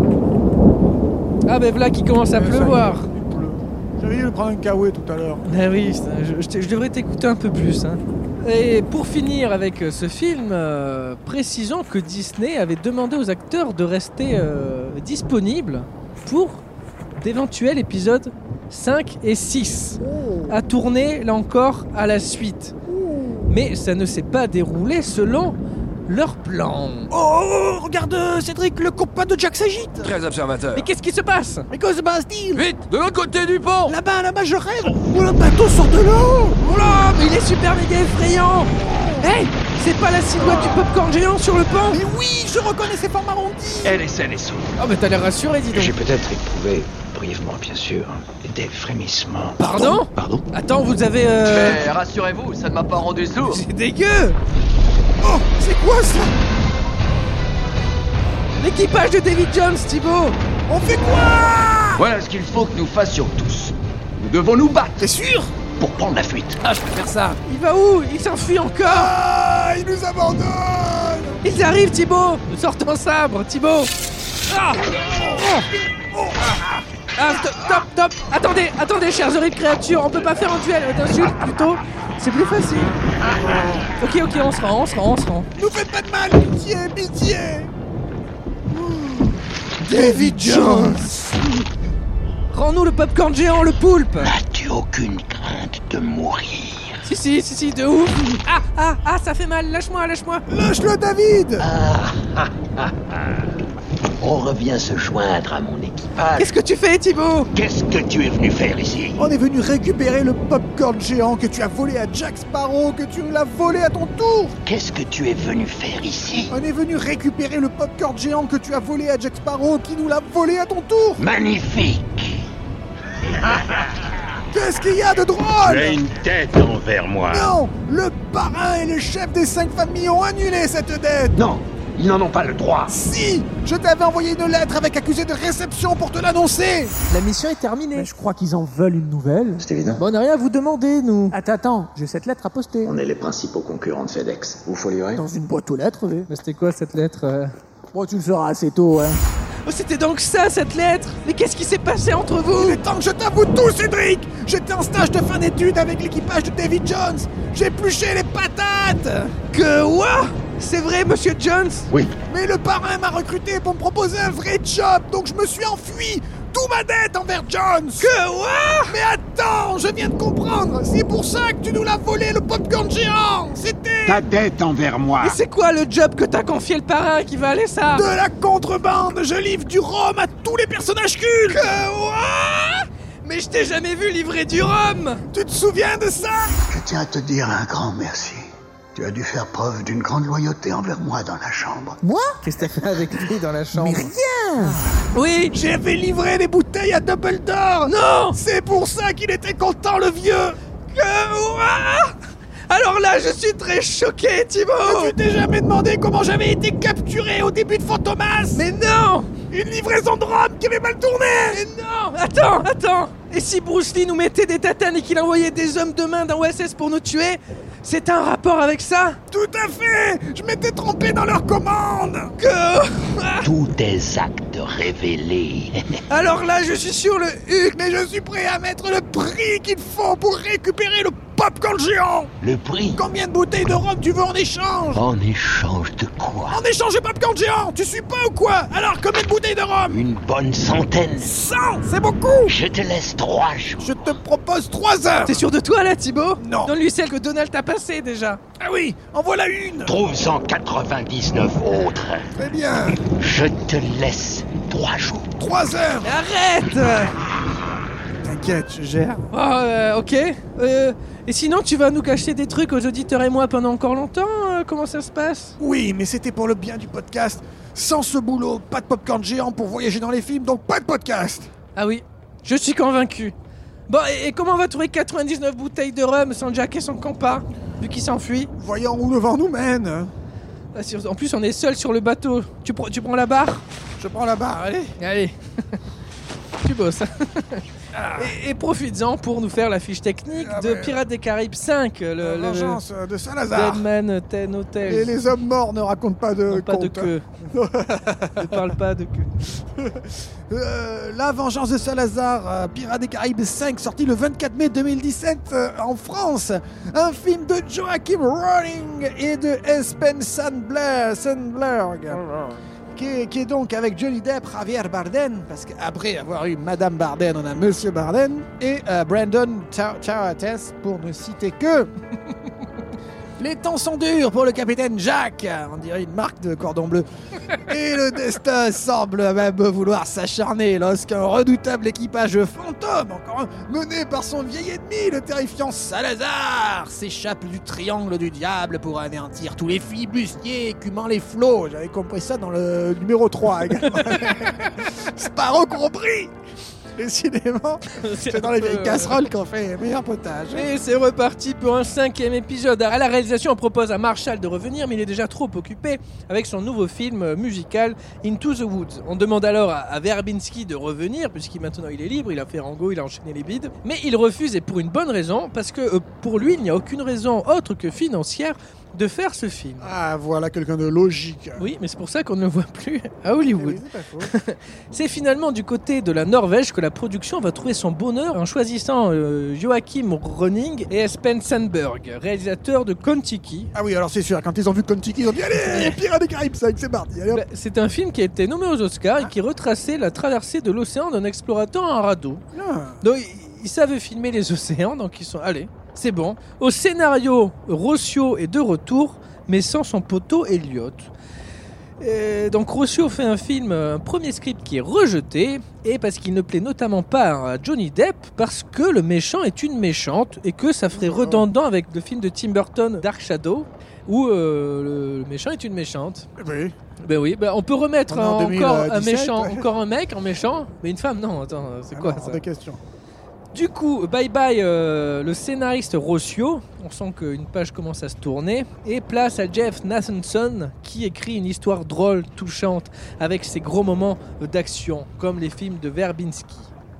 Ah ben voilà qui commence à pleuvoir. Il pleut. J'avais dû prendre un caouet tout à l'heure. Ah oui, je devrais t'écouter un peu plus. Et pour finir avec ce film, précisons que Disney avait demandé aux acteurs de rester disponibles pour d'éventuels épisodes 5 et 6 à tourner là encore à la suite. Mais ça ne s'est pas déroulé selon leur plan. Oh, regarde, Cédric, le copain de Jack s'agite. Très observateur. Mais qu'est-ce qui se passe? Mais que se passe-t-il? Vite, de l'autre côté du pont. Là-bas, je rêve. Oh, le bateau sort de l'eau. Oh là, mais il est super méga effrayant. Hey, c'est pas la silhouette du popcorn géant sur le pont? Mais oui, je reconnais ses formes arrondies. Elle est saine et sauve. Oh, mais t'as l'air rassuré, dis donc. J'ai peut-être éprouvé, brièvement bien sûr, des frémissements. Pardon? Attends, vous avez Mais rassurez-vous, ça ne m'a pas rendu sourd. C'est dégueu. Oh, c'est quoi ça? L'équipage de David Jones, Thibaut. On fait quoi? Voilà ce qu'il faut que nous fassions tous. Nous devons nous battre. T'es sûr? Pour prendre la fuite. Ah, je peux faire ça. Il va où? Il s'enfuit encore. Ah, il nous abandonne. Ils arrivent, Thibaut. Sors ton sabre, Thibaut. Ah, stop. Attendez, chers horribles créatures. On peut pas faire un duel d'insultes, plutôt. C'est plus facile. Ok, on se rend. Nous faites pas de mal, pitié. David Jones. Rends-nous le popcorn géant, le poulpe. N'as-tu aucune crainte de mourir? Si, de ouf. Ah, ça fait mal. Lâche-moi. Lâche-le, David. On revient se joindre à mon équipage. Qu'est-ce que tu fais, Thibaut? Qu'est-ce que tu es venu faire ici? On est venu récupérer le popcorn géant que tu as volé à Jack Sparrow, que tu nous l'as volé à ton tour. Qu'est-ce que tu es venu faire ici? On est venu récupérer le popcorn géant que tu as volé à Jack Sparrow, qui nous l'a volé à ton tour. Magnifique. Qu'est-ce qu'il y a de drôle? Tu as une dette envers moi. Non, le parrain et les chefs des 5 familles ont annulé cette dette. Non, ils n'en ont pas le droit. Si, je t'avais envoyé une lettre avec accusé de réception pour te l'annoncer. La mission est terminée. Mais je crois qu'ils en veulent une nouvelle. C'est évident. Bon, on n'a rien à vous demander, nous. Attends, j'ai cette lettre à poster. On est les principaux concurrents de FedEx. Vous faut livrer? Dans une boîte aux lettres, oui. Mais c'était quoi cette lettre? Bon, tu le feras assez tôt, hein. Oh, c'était donc ça, cette lettre. Mais qu'est-ce qui s'est passé entre vous? Il est temps que je t'avoue tout, Cédric. J'étais en stage de fin d'études avec l'équipage de David Jones. J'ai épluché les patates. Que quoi? C'est vrai, monsieur Jones? Oui. Mais le parrain m'a recruté pour me proposer un vrai job, donc je me suis enfui. D'où ma dette envers Jones. Que quoi? Mais attends, je viens de comprendre. C'est pour ça que tu nous l'as volé, le popcorn géant. C'était... Ta dette envers moi. Et c'est quoi le job que t'as confié le parrain qui va aller ça? De la contrebande. Je livre du rhum à tous les personnages cultes. Que quoi? Mais je t'ai jamais vu livrer du rhum. Tu te souviens de ça? Je tiens à te dire un grand merci. Tu as dû faire preuve d'une grande loyauté envers moi dans la chambre. Moi? Qu'est-ce que t'as fait avec lui dans la chambre? Mais rien. Oui. J'avais livré des bouteilles à Dumbledore. Non. C'est pour ça qu'il était content, le vieux. Que quoi? Alors là, je suis très choqué, Thibaut. Tu t'es jamais demandé comment j'avais été capturé au début de Fantomas? Mais non. Une livraison de rhum qui avait mal tourné. Mais non. Attends. Et si Bruce Lee nous mettait des tatanes et qu'il envoyait des hommes de main dans OSS pour nous tuer, c'est un rapport avec ça? Tout à fait. Je m'étais trompé dans leur commande. Que... Tous tes actes révélés. Alors là, je suis sur le huc. Mais je suis prêt à mettre le prix qu'il faut pour récupérer le popcorn géant. Le prix? Combien de bouteilles de rhum tu veux en échange? En échange de quoi? En échange de popcorn géant. Tu suis pas ou quoi? Alors combien de bouteilles de rhum? Une bonne centaine. 100, c'est beaucoup. Je te laisse 3 jours. Je te propose 3 heures. T'es sûr de toi là, Thibaut? Non. Donne-lui celle que Donald t'a passée déjà. Ah oui, en voilà une. Trouve-en 99 autres. Très bien. Je te laisse 3 jours. 3 heures. Mais arrête. T'inquiète, je gère. Oh, ok. Et sinon, tu vas nous cacher des trucs aux auditeurs et moi pendant encore longtemps? Comment ça se passe? Oui, mais c'était pour le bien du podcast. Sans ce boulot, pas de popcorn géant pour voyager dans les films, donc pas de podcast. Ah oui, je suis convaincu. Bon, et comment on va trouver 99 bouteilles de rhum sans Jack et son compas, vu qu'il s'enfuit? Voyons où le vent nous mène. En plus, on est seul sur le bateau. Tu prends la barre? Je prends la barre, allez. Tu bosses. Et profites-en pour nous faire la fiche technique de Pirates des Caraïbes 5. La vengeance de Salazar. Deadman Ten Hotels. Et les hommes morts ne racontent pas de pas de queue. Ne parle pas de queue. La vengeance de Salazar, Pirates des Caraïbes 5, sorti le 24 mai 2017 en France. Un film de Joachim Rowling et de Espen Sandberg. Qui est donc avec Johnny Depp, Javier Bardem, parce qu'après avoir eu Madame Bardem, on a Monsieur Bardem, et Brandon Charates, pour ne citer que. Les temps sont durs pour le capitaine Jack, on dirait une marque de cordon bleu. Et le destin semble même vouloir s'acharner lorsqu'un redoutable équipage fantôme, encore mené par son vieil ennemi, le terrifiant Salazar, s'échappe du triangle du diable pour anéantir tous les flibustiers écumant les flots. J'avais compris ça dans le numéro 3 également. Sparrow compris. Décidément, c'est dans les vieilles casseroles qu'on fait les meilleurs potages. Et c'est reparti pour un 5e épisode. À la réalisation, on propose à Marshall de revenir, mais il est déjà trop occupé avec son nouveau film musical Into the Woods. On demande alors à Verbinski de revenir, puisqu'il maintenant il est libre, il a fait Rango, il a enchaîné les bides. Mais il refuse, et pour une bonne raison, parce que pour lui, il n'y a aucune raison autre que financière de faire ce film. Ah, voilà quelqu'un de logique. Oui, mais c'est pour ça qu'on ne le voit plus à Hollywood. Oui, c'est pas faux. C'est finalement du côté de la Norvège que la production va trouver son bonheur en choisissant Joachim Rønning et Espen Sandberg, réalisateurs de Kon-Tiki. Ah oui, alors c'est sûr, quand ils ont vu Kon-Tiki, ils ont dit allez, Pirates des Caraïbes 5, c'est parti. Allez, hop. C'est un film qui a été nommé aux Oscars et qui retraçait la traversée de l'océan d'un explorateur en radeau. Donc ils savent filmer les océans, donc ils sont allez. C'est bon. Au scénario, Rossio est de retour, mais sans son poteau Elliot. Donc Rossio fait un premier script qui est rejeté, et parce qu'il ne plaît notamment pas à Johnny Depp, parce que le méchant est une méchante, et que ça ferait redondant avec le film de Tim Burton, Dark Shadow, où le méchant est une méchante. Oui. Ben oui, on peut remettre encore 2017, un méchant, encore un mec en méchant, mais une femme, non, attends, c'est quoi ça ? Des questions. Du coup, bye bye le scénariste Rossio, on sent qu'une page commence à se tourner, et place à Jeff Nathanson qui écrit une histoire drôle, touchante, avec ses gros moments d'action, comme les films de Verbinski.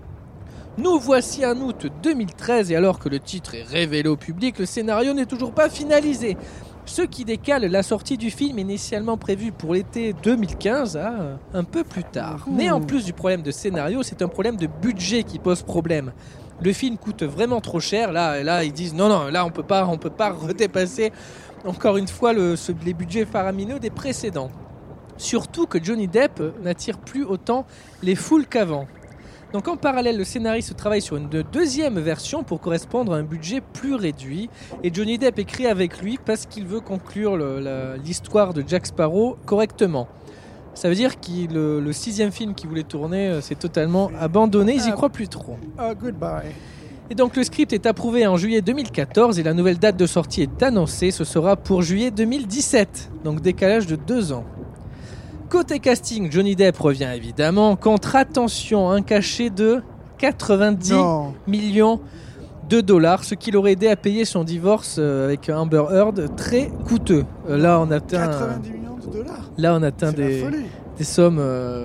Nous voici en août 2013, et alors que le titre est révélé au public, le scénario n'est toujours pas finalisé. Ce qui décale la sortie du film initialement prévue pour l'été 2015 à un peu plus tard. Mais en plus du problème de scénario, c'est un problème de budget qui pose problème. Le film coûte vraiment trop cher. Là, ils disent non, là on peut pas redépasser encore une fois les budgets faramineux des précédents. Surtout que Johnny Depp n'attire plus autant les foules qu'avant. Donc en parallèle, le scénariste travaille sur une deuxième version pour correspondre à un budget plus réduit. Et Johnny Depp écrit avec lui parce qu'il veut conclure l'histoire de Jack Sparrow correctement. Ça veut dire que le 6e film qu'il voulait tourner s'est totalement abandonné, ils y croient plus trop. Goodbye. Et donc le script est approuvé en juillet 2014 et la nouvelle date de sortie est annoncée, ce sera pour juillet 2017, donc décalage de 2 ans. Côté casting, Johnny Depp revient évidemment, contre, attention, un cachet de 90 millions de dollars, ce qui l'aurait aidé à payer son divorce avec Amber Heard, très coûteux. Là on atteint 90 millions de dollars. Là on atteint des sommes,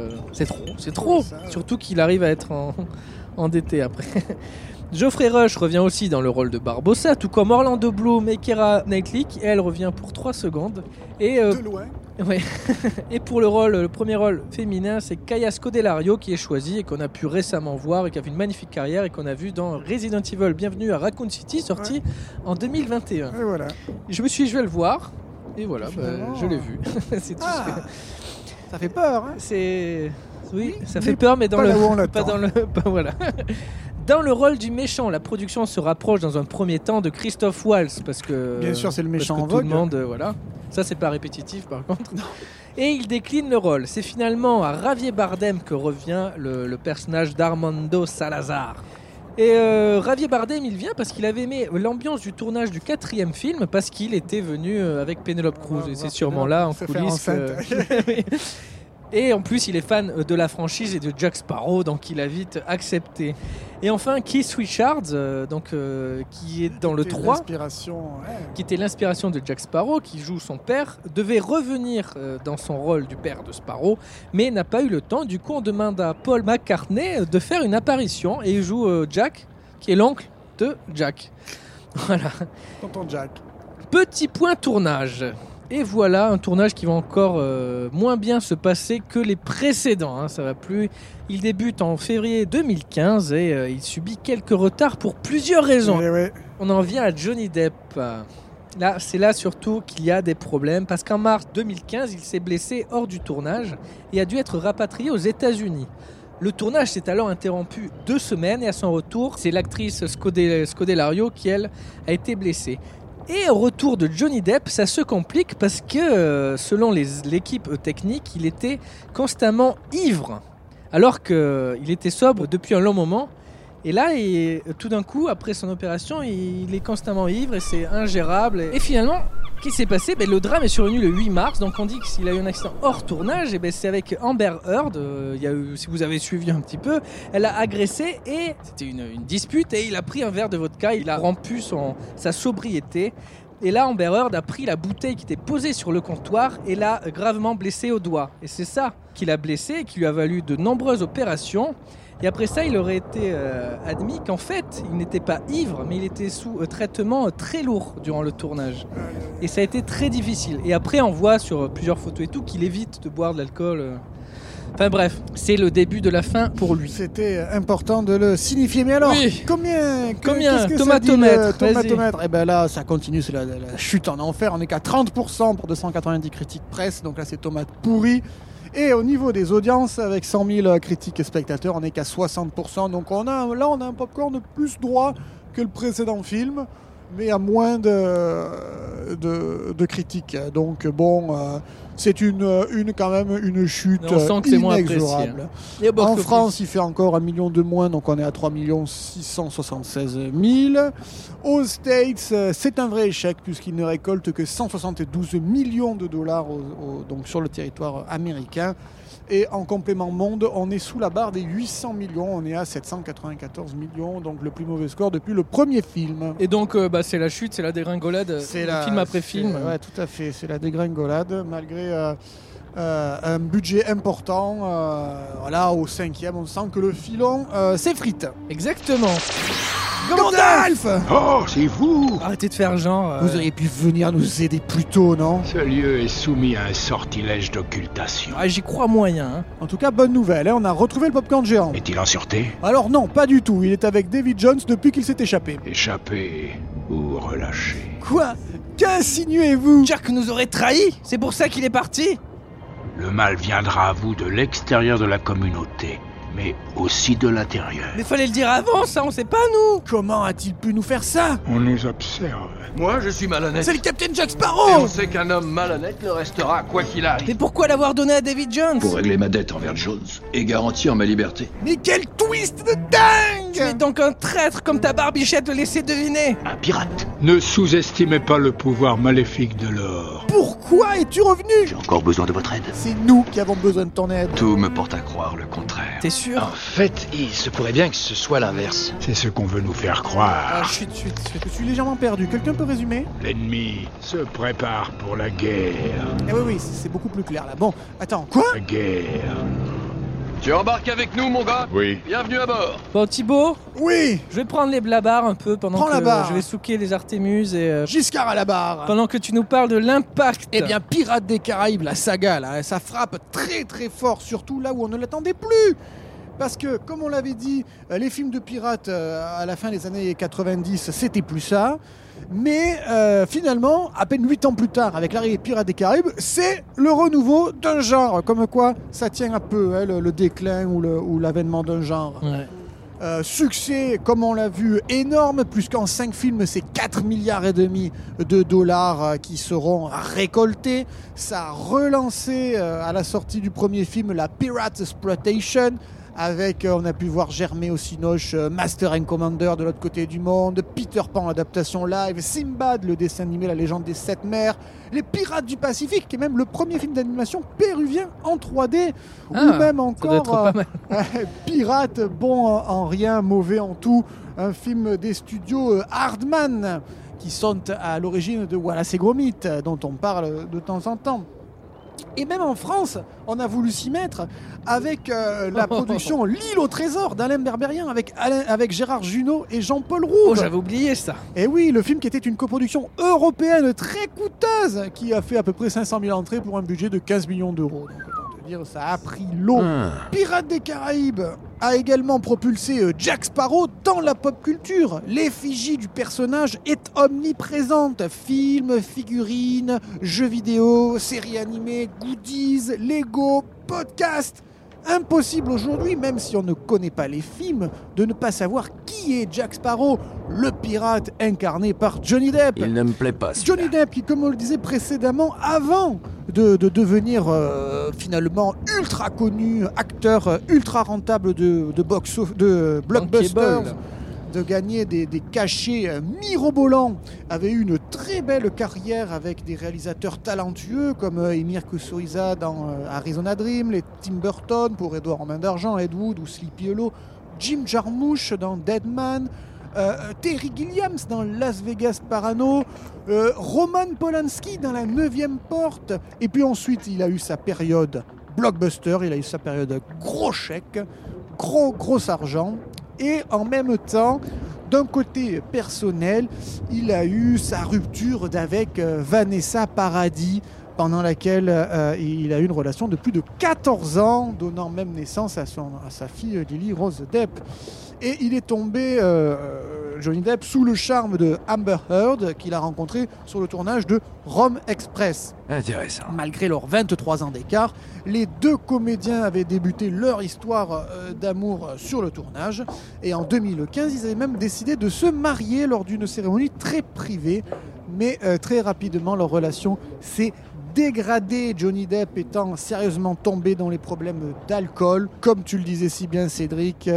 c'est trop, surtout qu'il arrive à être endetté après. Geoffrey Rush revient aussi dans le rôle de Barbossa, tout comme Orlando Bloom et Keira Knightley, qui elle revient pour 3 secondes. Et, de loin. Ouais. Et pour le premier rôle féminin, c'est Kaya Scodelario qui est choisi et qu'on a pu récemment voir et qui a fait une magnifique carrière et qu'on a vu dans Resident Evil Bienvenue à Raccoon City, sorti en 2021. Et voilà. Je vais le voir et voilà, je l'ai vu. C'est tout ce que... Ça fait peur, hein. Oui, ça fait peur, mais dans voilà. Dans le rôle du méchant, la production se rapproche dans un premier temps de Christophe Waltz parce que bien sûr c'est le méchant en vogue. Tout le monde, voilà. Ça c'est pas répétitif par contre. Non. Et il décline le rôle. C'est finalement à Javier Bardem que revient le personnage d'Armando Salazar. Et Javier Bardem, il vient parce qu'il avait aimé l'ambiance du tournage du 4e film parce qu'il était venu avec Penelope Cruz et c'est sûrement là en coulisses. Et en plus, il est fan de la franchise et de Jack Sparrow, donc il a vite accepté. Et enfin, Keith Richards, qui est dans le 3, qui était l'inspiration de Jack Sparrow, qui joue son père, devait revenir dans son rôle du père de Sparrow, mais n'a pas eu le temps. Du coup, on demande à Paul McCartney de faire une apparition, et il joue Jack, qui est l'oncle de Jack. Voilà. Tonton Jack. Petit point tournage. Et voilà un tournage qui va encore moins bien se passer que les précédents. Ça va plus. Il débute en février 2015 et il subit quelques retards pour plusieurs raisons. Ouais. On en vient à Johnny Depp. C'est là surtout qu'il y a des problèmes parce qu'en mars 2015, il s'est blessé hors du tournage et a dû être rapatrié aux États-Unis. Le tournage s'est alors interrompu 2 semaines et à son retour, c'est l'actrice Scodelario qui, elle, a été blessée. Et au retour de Johnny Depp, ça se complique parce que, selon l'équipe technique, il était constamment ivre, alors qu'il était sobre depuis un long moment. Et là, tout d'un coup, après son opération, il est constamment ivre et c'est ingérable. Et finalement, qu'est-ce qui s'est passé ? Le drame est survenu le 8 mars, donc on dit qu'il a eu un accident hors tournage. Et c'est avec Amber Heard, si vous avez suivi un petit peu, elle a agressé et c'était une dispute et il a pris un verre de vodka, il a rompu sa sobriété. Et là, Amber Heard a pris la bouteille qui était posée sur le comptoir et l'a gravement blessé au doigt. Et c'est ça qui l'a blessé et qui lui a valu de nombreuses opérations. Et après ça, il aurait été admis qu'en fait, il n'était pas ivre, mais il était sous traitement très lourd durant le tournage. Et ça a été très difficile. Et après, on voit sur plusieurs photos et tout qu'il évite de boire de l'alcool. Enfin bref, c'est le début de la fin pour lui. C'était important de le signifier. Mais alors, oui. Combien Tomatomètre, tomatomètre. Et ben là, ça continue, c'est la chute en enfer. On est qu'à 30% pour 290 critiques presse. Donc là, c'est tomate pourrie. Et au niveau des audiences, avec 100 000 critiques et spectateurs, on n'est qu'à 60%. Donc on a un popcorn plus droit que le précédent film, mais à moins de critiques. Donc bon, c'est quand même une chute inexorable. En France, il fait encore 1 million de moins, donc on est à 3 676 000. Aux States, c'est un vrai échec puisqu'il ne récolte que 172 millions de dollars donc sur le territoire américain. Et en complément monde, on est sous la barre des 800 millions, on est à 794 millions, donc le plus mauvais score depuis le premier film. Et donc c'est la chute, c'est la dégringolade, film après film. Ouais, tout à fait, c'est la dégringolade, malgré un budget important. Voilà, au 5e, on sent que le filon s'effrite. Exactement. Gandalf! Oh, c'est vous! Arrêtez de faire genre... Vous auriez pu venir nous aider plus tôt, non? Ce lieu est soumis à un sortilège d'occultation. J'y crois moyen. Hein. En tout cas, bonne nouvelle, on a retrouvé le popcorn géant. Est-il en sûreté? Alors non, pas du tout. Il est avec David Jones depuis qu'il s'est échappé. Échappé ou relâché? Quoi? Qu'insinuez-vous? Jack nous aurait trahis? C'est pour ça qu'il est parti? Le mal viendra à vous de l'extérieur de la communauté, mais aussi de l'intérieur. Mais fallait le dire avant, ça, on sait pas, nous. Comment a-t-il pu nous faire ça? On nous observe. Moi, je suis malhonnête. C'est le Capitaine Jack Sparrow! Et on sait qu'un homme malhonnête le restera, quoi qu'il arrive. Mais pourquoi l'avoir donné à David Jones? Pour régler ma dette envers Jones et garantir ma liberté. Mais quel twist de dingue! Tu es donc un traître comme ta barbichette le laissait deviner. Un pirate. Ne sous-estimez pas le pouvoir maléfique de l'or. Pourquoi es-tu revenu? J'ai encore besoin de votre aide. C'est nous qui avons besoin de ton aide. Tout me porte à croire le contraire. T'es sûr? En fait, il se pourrait bien que ce soit l'inverse. C'est ce qu'on veut nous faire croire. Chut. Je suis légèrement perdu. Quelqu'un peut résumer? L'ennemi se prépare pour la guerre. Eh oui, c'est beaucoup plus clair là. Bon, attends, quoi? La guerre. Tu embarques avec nous, mon gars? Oui. Bienvenue à bord. Bon, Thibaut? Oui. Je vais prendre les blabars un peu pendant Prends la barre. Je vais souquer les Artémus et... Giscard à la barre. Pendant que tu nous parles de l'impact. Eh bien, Pirates des Caraïbes, la saga, là, ça frappe très très fort, surtout là où on ne l'attendait plus. Parce que, comme on l'avait dit, les films de pirates à la fin des années 90, c'était plus ça. Mais finalement, à peine 8 ans plus tard, avec l'arrivée des Pirates des Caraïbes, c'est le renouveau d'un genre. Comme quoi, ça tient un peu, hein, le déclin ou l'avènement d'un genre. Ouais. Succès, comme on l'a vu, énorme, puisqu'en 5 films, c'est 4,5 milliards de dollars qui seront récoltés. Ça a relancé à la sortie du premier film la Pirate Exploitation, avec, on a pu voir germer au Cinoche Master and Commander de l'autre côté du monde, Peter Pan adaptation live, Simbad le dessin animé La Légende des 7 mers, Les Pirates du Pacifique, qui est même le premier film d'animation péruvien en 3D, ou même encore Pirates, bon en rien, mauvais en tout, un film des studios Hardman, qui sont à l'origine de Wallace et Gromit, dont on parle de temps en temps. Et même en France, on a voulu s'y mettre avec la production L'île au trésor d'Alain Berbérien avec Gérard Jugnot et Jean-Paul Rouve. Oh, j'avais oublié ça. Et oui, le film qui était une coproduction européenne très coûteuse qui a fait à peu près 500 000 entrées pour un budget de 15 millions d'euros. Donc autant te dire, ça a pris l'eau. Pirates des Caraïbes a également propulsé Jack Sparrow dans la pop culture. L'effigie du personnage est omniprésente. Films, figurines, jeux vidéo, séries animées, goodies, Lego, podcasts. impossible aujourd'hui, même si on ne connaît pas les films, de ne pas savoir qui est Jack Sparrow, le pirate incarné par Johnny Depp. Il ne me plaît pas. Johnny Depp, qui, comme on le disait précédemment, avant de devenir finalement ultra connu, acteur ultra rentable de blockbusters, de gagner des cachets mirobolants, avait eu une très belle carrière avec des réalisateurs talentueux comme Emir Kusturica dans Arizona Dream, les Tim Burton pour Edouard en main d'argent, Ed Wood ou Sleepy Hollow, Jim Jarmusch dans Dead Man, Terry Gilliam dans Las Vegas Parano, Roman Polanski dans La 9e Porte, et puis ensuite il a eu sa période blockbuster, il a eu sa période gros chèque, gros argent, et en même temps, d'un côté personnel, il a eu sa rupture avec Vanessa Paradis, pendant laquelle il a eu une relation de plus de 14 ans, donnant même naissance à sa fille Lily Rose Depp. Et il est tombé, Johnny Depp, sous le charme de Amber Heard, qu'il a rencontré sur le tournage de Rome Express. Intéressant. Malgré leurs 23 ans d'écart, les deux comédiens avaient débuté leur histoire d'amour sur le tournage. Et en 2015, ils avaient même décidé de se marier lors d'une cérémonie très privée. Mais très rapidement, leur relation s'est dégradé, Johnny Depp étant sérieusement tombé dans les problèmes d'alcool, comme tu le disais si bien Cédric,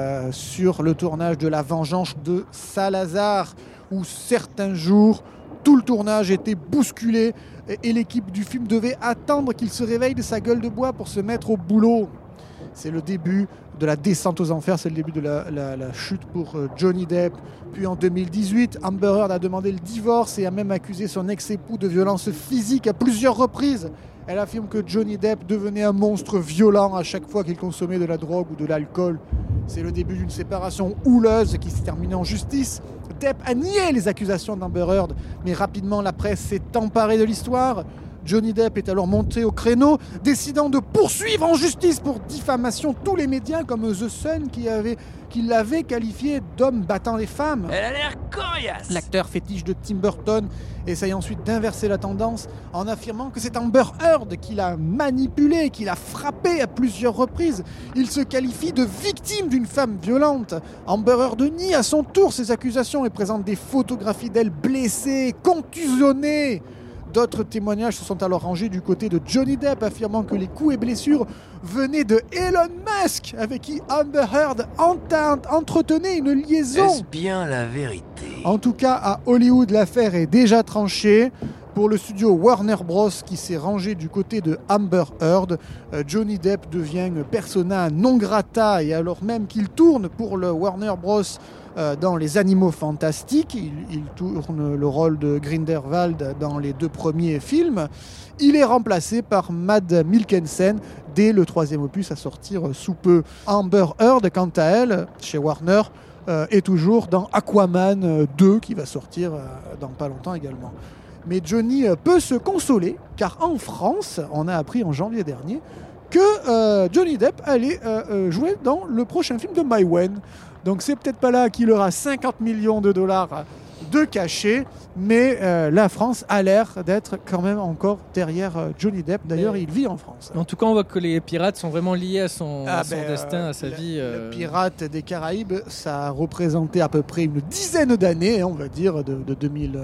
sur le tournage de La Vengeance de Salazar, où certains jours, tout le tournage était bousculé et l'équipe du film devait attendre qu'il se réveille de sa gueule de bois pour se mettre au boulot. C'est le début de la descente aux enfers, c'est le début de la chute pour Johnny Depp. Puis en 2018, Amber Heard a demandé le divorce et a même accusé son ex-époux de violence physique à plusieurs reprises. Elle affirme que Johnny Depp devenait un monstre violent à chaque fois qu'il consommait de la drogue ou de l'alcool. C'est le début d'une séparation houleuse qui s'est terminée en justice. Depp a nié les accusations d'Amber Heard, mais rapidement la presse s'est emparée de l'histoire. Johnny Depp est alors monté au créneau, décidant de poursuivre en justice pour diffamation tous les médias comme The Sun qui l'avait qualifié d'homme battant les femmes. Elle a l'air coriace. L'acteur fétiche de Tim Burton essaye ensuite d'inverser la tendance en affirmant que c'est Amber Heard qui l'a manipulé, qui l'a frappé à plusieurs reprises. Il se qualifie de victime d'une femme violente. Amber Heard nie à son tour ces accusations et présente des photographies d'elle blessée, contusionnée. D'autres témoignages se sont alors rangés du côté de Johnny Depp, affirmant que les coups et blessures venaient de Elon Musk, avec qui Amber Heard entretenait une liaison. Est-ce bien la vérité ? En tout cas, à Hollywood, l'affaire est déjà tranchée. Pour le studio Warner Bros, qui s'est rangé du côté de Amber Heard, Johnny Depp devient persona non grata, et alors même qu'il tourne pour le Warner Bros dans Les Animaux Fantastiques, il tourne le rôle de Grindelwald dans les 2 premiers films, il est remplacé par Mads Mikkelsen dès le 3e opus à sortir sous peu. Amber Heard, quant à elle, chez Warner, est toujours dans Aquaman 2 qui va sortir dans pas longtemps également. Mais Johnny peut se consoler, car en France, on a appris en janvier dernier que Johnny Depp allait jouer dans le prochain film de Mai Wen. Donc c'est peut-être pas là qu'il aura 50 millions de dollars de cachet, mais la France a l'air d'être quand même encore derrière Johnny Depp. D'ailleurs, il vit en France. En tout cas, on voit que les pirates sont vraiment liés à son destin, à sa vie. Le Pirate des Caraïbes, ça a représenté à peu près une dizaine d'années, on va dire, de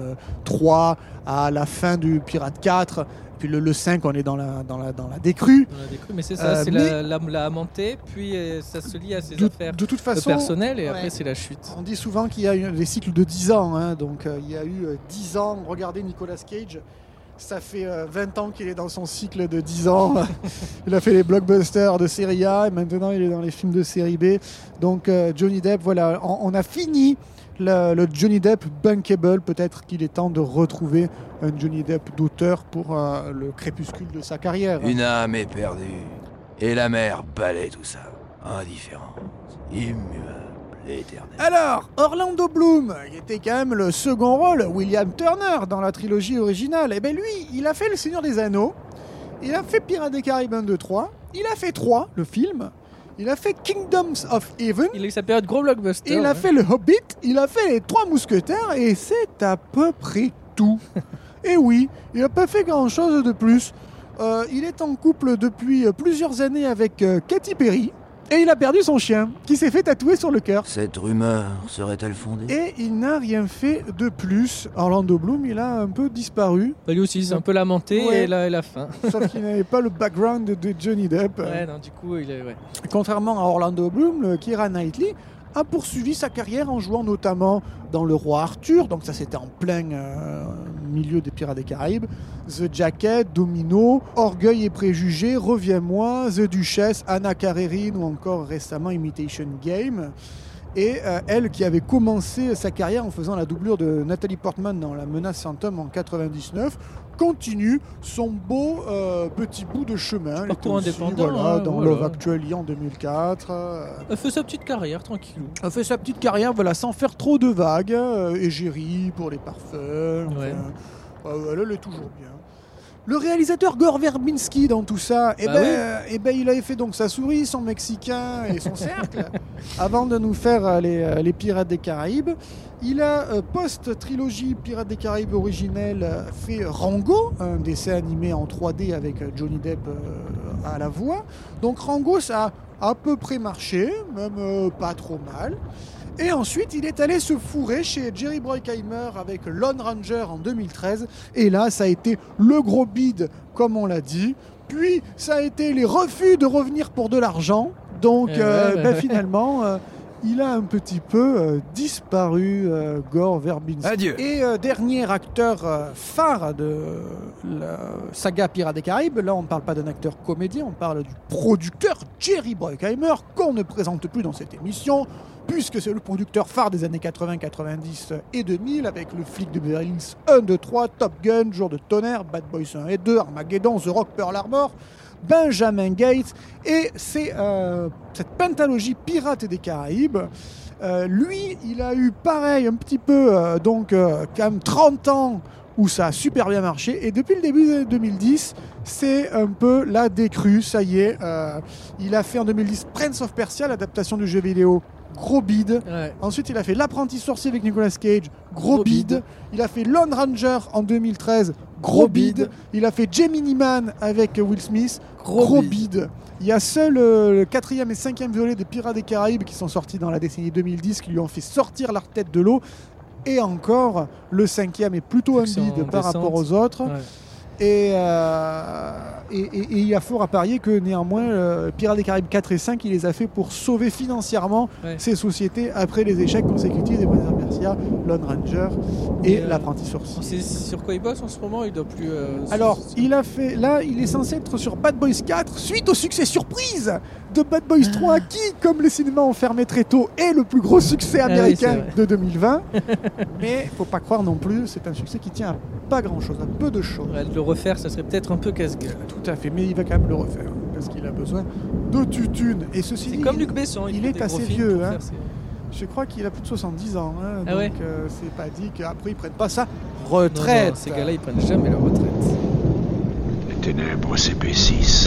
2003 à la fin du Pirate 4. Puis le 5, on est dans la décrue. Dans la décrue, mais c'est ça, c'est la montée, puis ça se lie à ses affaires de toute façon, personnelles, et après c'est la chute. On dit souvent qu'il y a des cycles de 10 ans, hein, donc il y a eu 10 ans, regardez Nicolas Cage, ça fait 20 ans qu'il est dans son cycle de 10 ans. Il a fait les blockbusters de série A, et maintenant il est dans les films de série B. Donc Johnny Depp, voilà, on a fini le Johnny Depp bankable. Peut-être qu'il est temps de retrouver un Johnny Depp d'auteur pour le crépuscule de sa carrière. Une âme est perdue, et la mer balaie tout ça. Indifférence, immuable, éternelle. Alors, Orlando Bloom, il était quand même le second rôle, William Turner, dans la trilogie originale. Et bien lui, il a fait Le Seigneur des Anneaux, il a fait Pirates des Caraïbes 1, 2, 3, il a fait 3, le film. Il a fait Kingdoms of Heaven. Il a eu sa période gros blockbuster. Il a fait Le Hobbit. Il a fait Les 3 Mousquetaires. Et c'est à peu près tout. Et oui, il n'a pas fait grand-chose de plus. il est en couple depuis plusieurs années avec Katy Perry. Et il a perdu son chien, qui s'est fait tatouer sur le cœur. Cette rumeur serait-elle fondée? Et il n'a rien fait de plus. Orlando Bloom, il a un peu disparu. Bah, lui aussi, il s'est un peu lamenté Ouais. et là, la fin. Sauf qu'il n'avait pas le background de Johnny Depp. Ouais, non, du coup, il est... Ouais. Contrairement à Orlando Bloom, le Keira Knightley a poursuivi sa carrière en jouant notamment dans Le Roi Arthur, donc ça c'était en plein milieu des Pirates des Caraïbes, The Jacket, Domino, Orgueil et Préjugés, Reviens-moi, The Duchess, Anna Karenine ou encore récemment Imitation Game. Et elle qui avait commencé sa carrière en faisant la doublure de Nathalie Portman dans La Menace Fantôme en 99, continue son beau petit bout de chemin. Elle était aussi, indépendant, dans voilà. Love Actually en 2004. Elle fait sa petite carrière, tranquillou. Elle fait sa petite carrière, voilà, sans faire trop de vagues. Égérie pour les parfums. Ouais. Elle est toujours bien. Le réalisateur Gore Verbinski dans tout ça, il avait fait donc sa souris, son Mexicain et son cercle, avant de nous faire les Pirates des Caraïbes. Il a, post-trilogie Pirates des Caraïbes originelle, fait Rango, un dessin animé en 3D avec Johnny Depp à la voix. Donc Rango, ça a à peu près marché, même pas trop mal. Et ensuite, il est allé se fourrer chez Jerry Bruckheimer avec Lone Ranger en 2013. Et là, ça a été le gros bide, comme on l'a dit. Puis, ça a été les refus de revenir pour de l'argent. Donc, finalement, il a un petit peu disparu, Gore Verbinski. Adieu. Et dernier acteur phare de la saga Pirates des Caraïbes, là on ne parle pas d'un acteur comédien, on parle du producteur Jerry Bruckheimer, qu'on ne présente plus dans cette émission, puisque c'est le producteur phare des années 80, 90 et 2000, avec le flic de Beverly Hills 1, 2, 3, Top Gun, Jour de tonnerre, Bad Boys 1 et 2, Armageddon, The Rock, Pearl Harbor, Benjamin Gates, et c'est cette pentalogie Pirates des Caraïbes. Lui, il a eu pareil un petit peu, quand même 30 ans où ça a super bien marché, et depuis le début des années 2010, c'est un peu la décrue, ça y est. Il a fait en 2010 Prince of Persia, l'adaptation du jeu vidéo, gros bide. Ouais. Ensuite, il a fait L'Apprenti Sorcier avec Nicolas Cage, gros bide. Il a fait Lone Ranger en 2013, gros bide. Il a fait Gemini Man avec Will Smith, gros bide. Il y a seul le 4e et 5e volet des Pirates des Caraïbes qui sont sortis dans la décennie 2010 qui lui ont fait sortir la tête de l'eau. Et encore, le 5e est plutôt un bide par rapport aux autres. Ouais. Et il y a fort à parier que néanmoins Pirates des Caraïbes 4 et 5 il les a fait pour sauver financièrement ces sociétés après les échecs consécutifs des Prince of Persia, Lone Ranger et L'Apprenti Sorcier. C'est sur quoi il bosse en ce moment? Il doit plus... Alors il a fait, là il est censé être sur Bad Boys 4 suite au succès surprise de Bad Boys 3 qui, comme les cinémas ont fermé très tôt, est le plus gros succès américain de 2020. Mais faut pas croire non plus, c'est un succès qui tient à pas grand chose, à peu de choses. De le refaire, ça serait peut-être un peu casse-gueule. Tout à fait, mais il va quand même le refaire parce qu'il a besoin de tutunes. Et ceci dit, comme Luc Besson, il est assez vieux. Hein. Je crois qu'il a plus de 70 ans. Hein, donc c'est pas dit qu'après ils prennent pas sa retraite. Non, ces gars-là, ils prennent jamais leur retraite. Les ténèbres s'épaississent.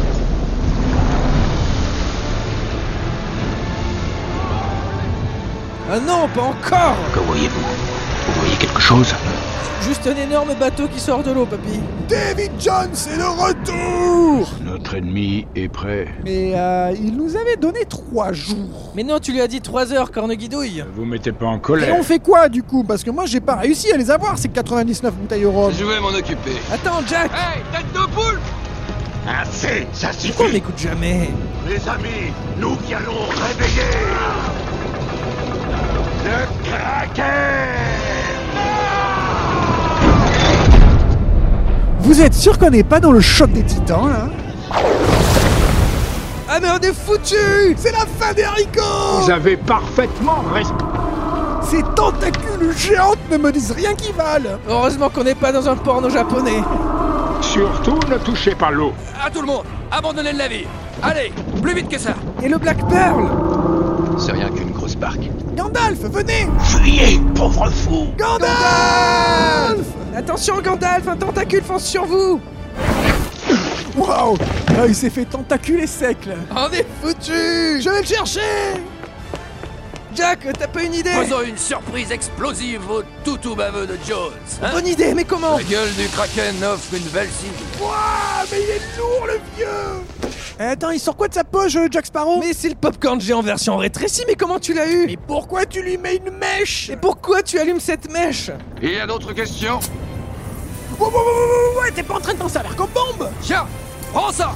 Ah non, pas encore! Que voyez-vous? Vous voyez quelque chose? Juste un énorme bateau qui sort de l'eau, papy. David Jones est de retour! Notre ennemi est prêt. Mais il nous avait donné 3 jours. Mais non, tu lui as dit 3 heures, corneguidouille. Vous mettez pas en colère. Et on fait quoi du coup? Parce que moi j'ai pas réussi à les avoir, ces 99 bouteilles au rhum. Je vais m'en occuper. Attends, Jack! Hey, tête de poule! Assez, ça suffit. Pourquoi on m'écoute jamais? Les amis, nous qui allons réveiller le Kraken! Vous êtes sûr qu'on n'est pas dans le choc des titans là? Ah mais on est foutus! C'est la fin des haricots! Vous avez parfaitement raison. Ces tentacules géantes ne me disent rien qui valent! Heureusement qu'on n'est pas dans un porno japonais! Surtout ne touchez pas l'eau. À tout le monde, abandonnez le navire. Allez, plus vite que ça. Et le Black Pearl? C'est rien qu'une grosse barque. Gandalf, venez! Fuyez, pauvre fou! Gandalf! Attention Gandalf, un tentacule fonce sur vous! Waouh! Il s'est fait tentaculer sec là! On est foutus! Je vais le chercher! Jack, t'as pas une idée? Faisons une surprise explosive au toutou baveux de Jones. Hein? Bonne idée, mais comment? La gueule du Kraken offre une belle cible. Ouah, mais il est lourd, le vieux. Attends, il sort quoi de sa poche, Jack Sparrow? Mais c'est le popcorn géant version rétrécie, mais comment tu l'as eu? Mais pourquoi tu lui mets une mèche? Et pourquoi tu allumes cette mèche? Il y a d'autres questions? Ouais, t'es pas en train de t'en servir comme bombe? Tiens, prends ça.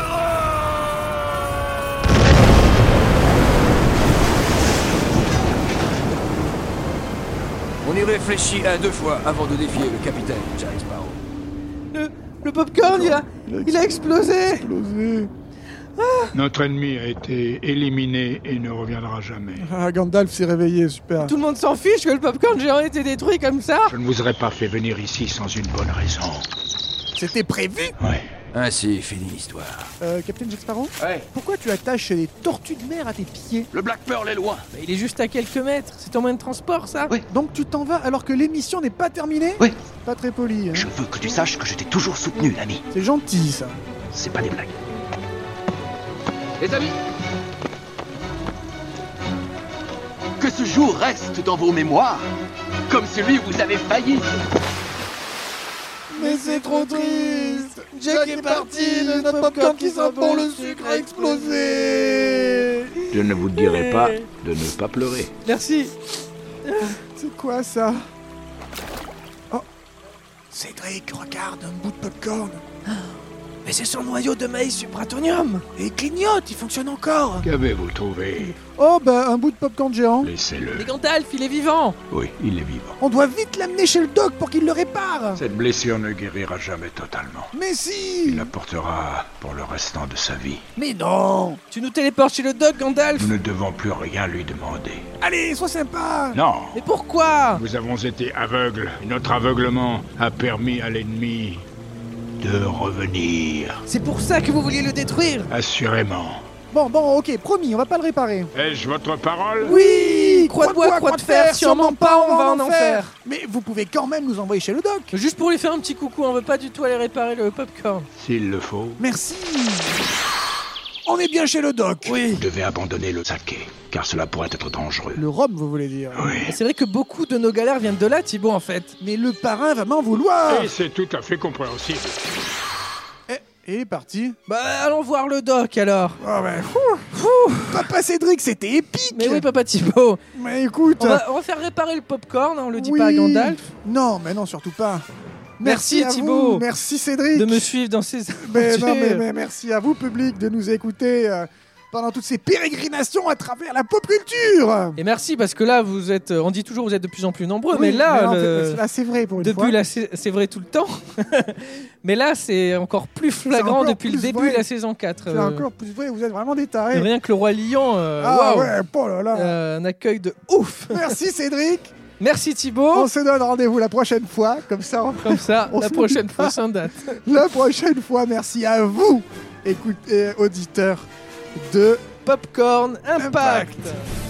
On y réfléchit 1 2 fois avant de défier le capitaine Jack Sparrow. Le popcorn, il a explosé. Notre ennemi a été éliminé et ne reviendra jamais. Ah, Gandalf s'est réveillé, super. Tout le monde s'en fiche que le popcorn géant ait été détruit comme ça. Je ne vous aurais pas fait venir ici sans une bonne raison. C'était prévu? Ouais. Ainsi finit l'histoire. Capitaine Jack Sparrow? Ouais. Pourquoi tu attaches des tortues de mer à tes pieds? Le Black Pearl est loin. Bah, il est juste à quelques mètres. C'est ton moyen de transport, ça? Oui. Donc tu t'en vas alors que l'émission n'est pas terminée? Oui. Pas très poli, hein. Je veux que tu saches que je t'ai toujours soutenu, l'ami. C'est gentil, ça. C'est pas des blagues. Les amis, que ce jour reste dans vos mémoires, comme celui où vous avez failli. Mais c'est trop triste. Jack est parti, notre popcorn qui sent bon, le sucre a explosé. Je ne vous dirai pas de ne pas pleurer. Merci. C'est quoi ça? Oh, Cédric, regarde, un bout de popcorn. Mais c'est son noyau de maïs supratonium. Et il clignote, il fonctionne encore. Qu'avez-vous trouvé? Oh bah un bout de popcorn géant. Laissez-le. Mais Gandalf, il est vivant. Oui, il est vivant. On doit vite l'amener chez le doc pour qu'il le répare. Cette blessure ne guérira jamais totalement. Mais si. Il la portera pour le restant de sa vie. Mais non. Tu nous téléportes chez le doc, Gandalf. Nous ne devons plus rien lui demander. Allez, sois sympa. Non. Mais pourquoi? Nous avons été aveugles. Et notre aveuglement a permis à l'ennemi de revenir. C'est pour ça que vous vouliez le détruire? Assurément. Bon, ok, promis, on va pas le réparer. Ai-je votre parole? Oui. Croix de bois, croix de fer, si on ment pas, on va en enfer. Mais vous pouvez quand même nous envoyer chez le doc. Juste pour lui faire un petit coucou, on veut pas du tout aller réparer le popcorn. S'il le faut. Merci. On est bien chez le doc. Oui. Vous devez abandonner le saké, car cela pourrait être dangereux. Le rhum, vous voulez dire? Oui. C'est vrai que beaucoup de nos galères viennent de là, Thibaut, en fait. Mais le parrain va m'en vouloir. Et c'est tout à fait compréhensible. Et il est parti. Bah, allons voir le doc, alors. Oh ouais. Papa Cédric, c'était épique. Mais oui, papa Thibaut. Mais écoute... On va faire réparer le popcorn, on le dit pas à Gandalf. Non, mais non, surtout pas. Merci à Thibaut. Vous. Merci Cédric. De me suivre dans ces mais merci à vous, public, de nous écouter pendant toutes ces pérégrinations à travers la pop culture. Et merci, parce que là, vous êtes... On dit toujours vous êtes de plus en plus nombreux, oui, mais là... là, c'est vrai pour une fois. Depuis là, c'est vrai tout le temps. Mais là, c'est encore plus flagrant depuis le début de la saison 4. C'est encore plus vrai, vous êtes vraiment des tarés. Rien que le Roi Lion... ouais, oh là là. Un accueil de ouf. Merci Cédric. Merci Thibaut. On se donne rendez-vous la prochaine fois, comme ça. La prochaine fois sans date. La prochaine fois, merci à vous, écoutez, auditeurs de Popcorn Impact.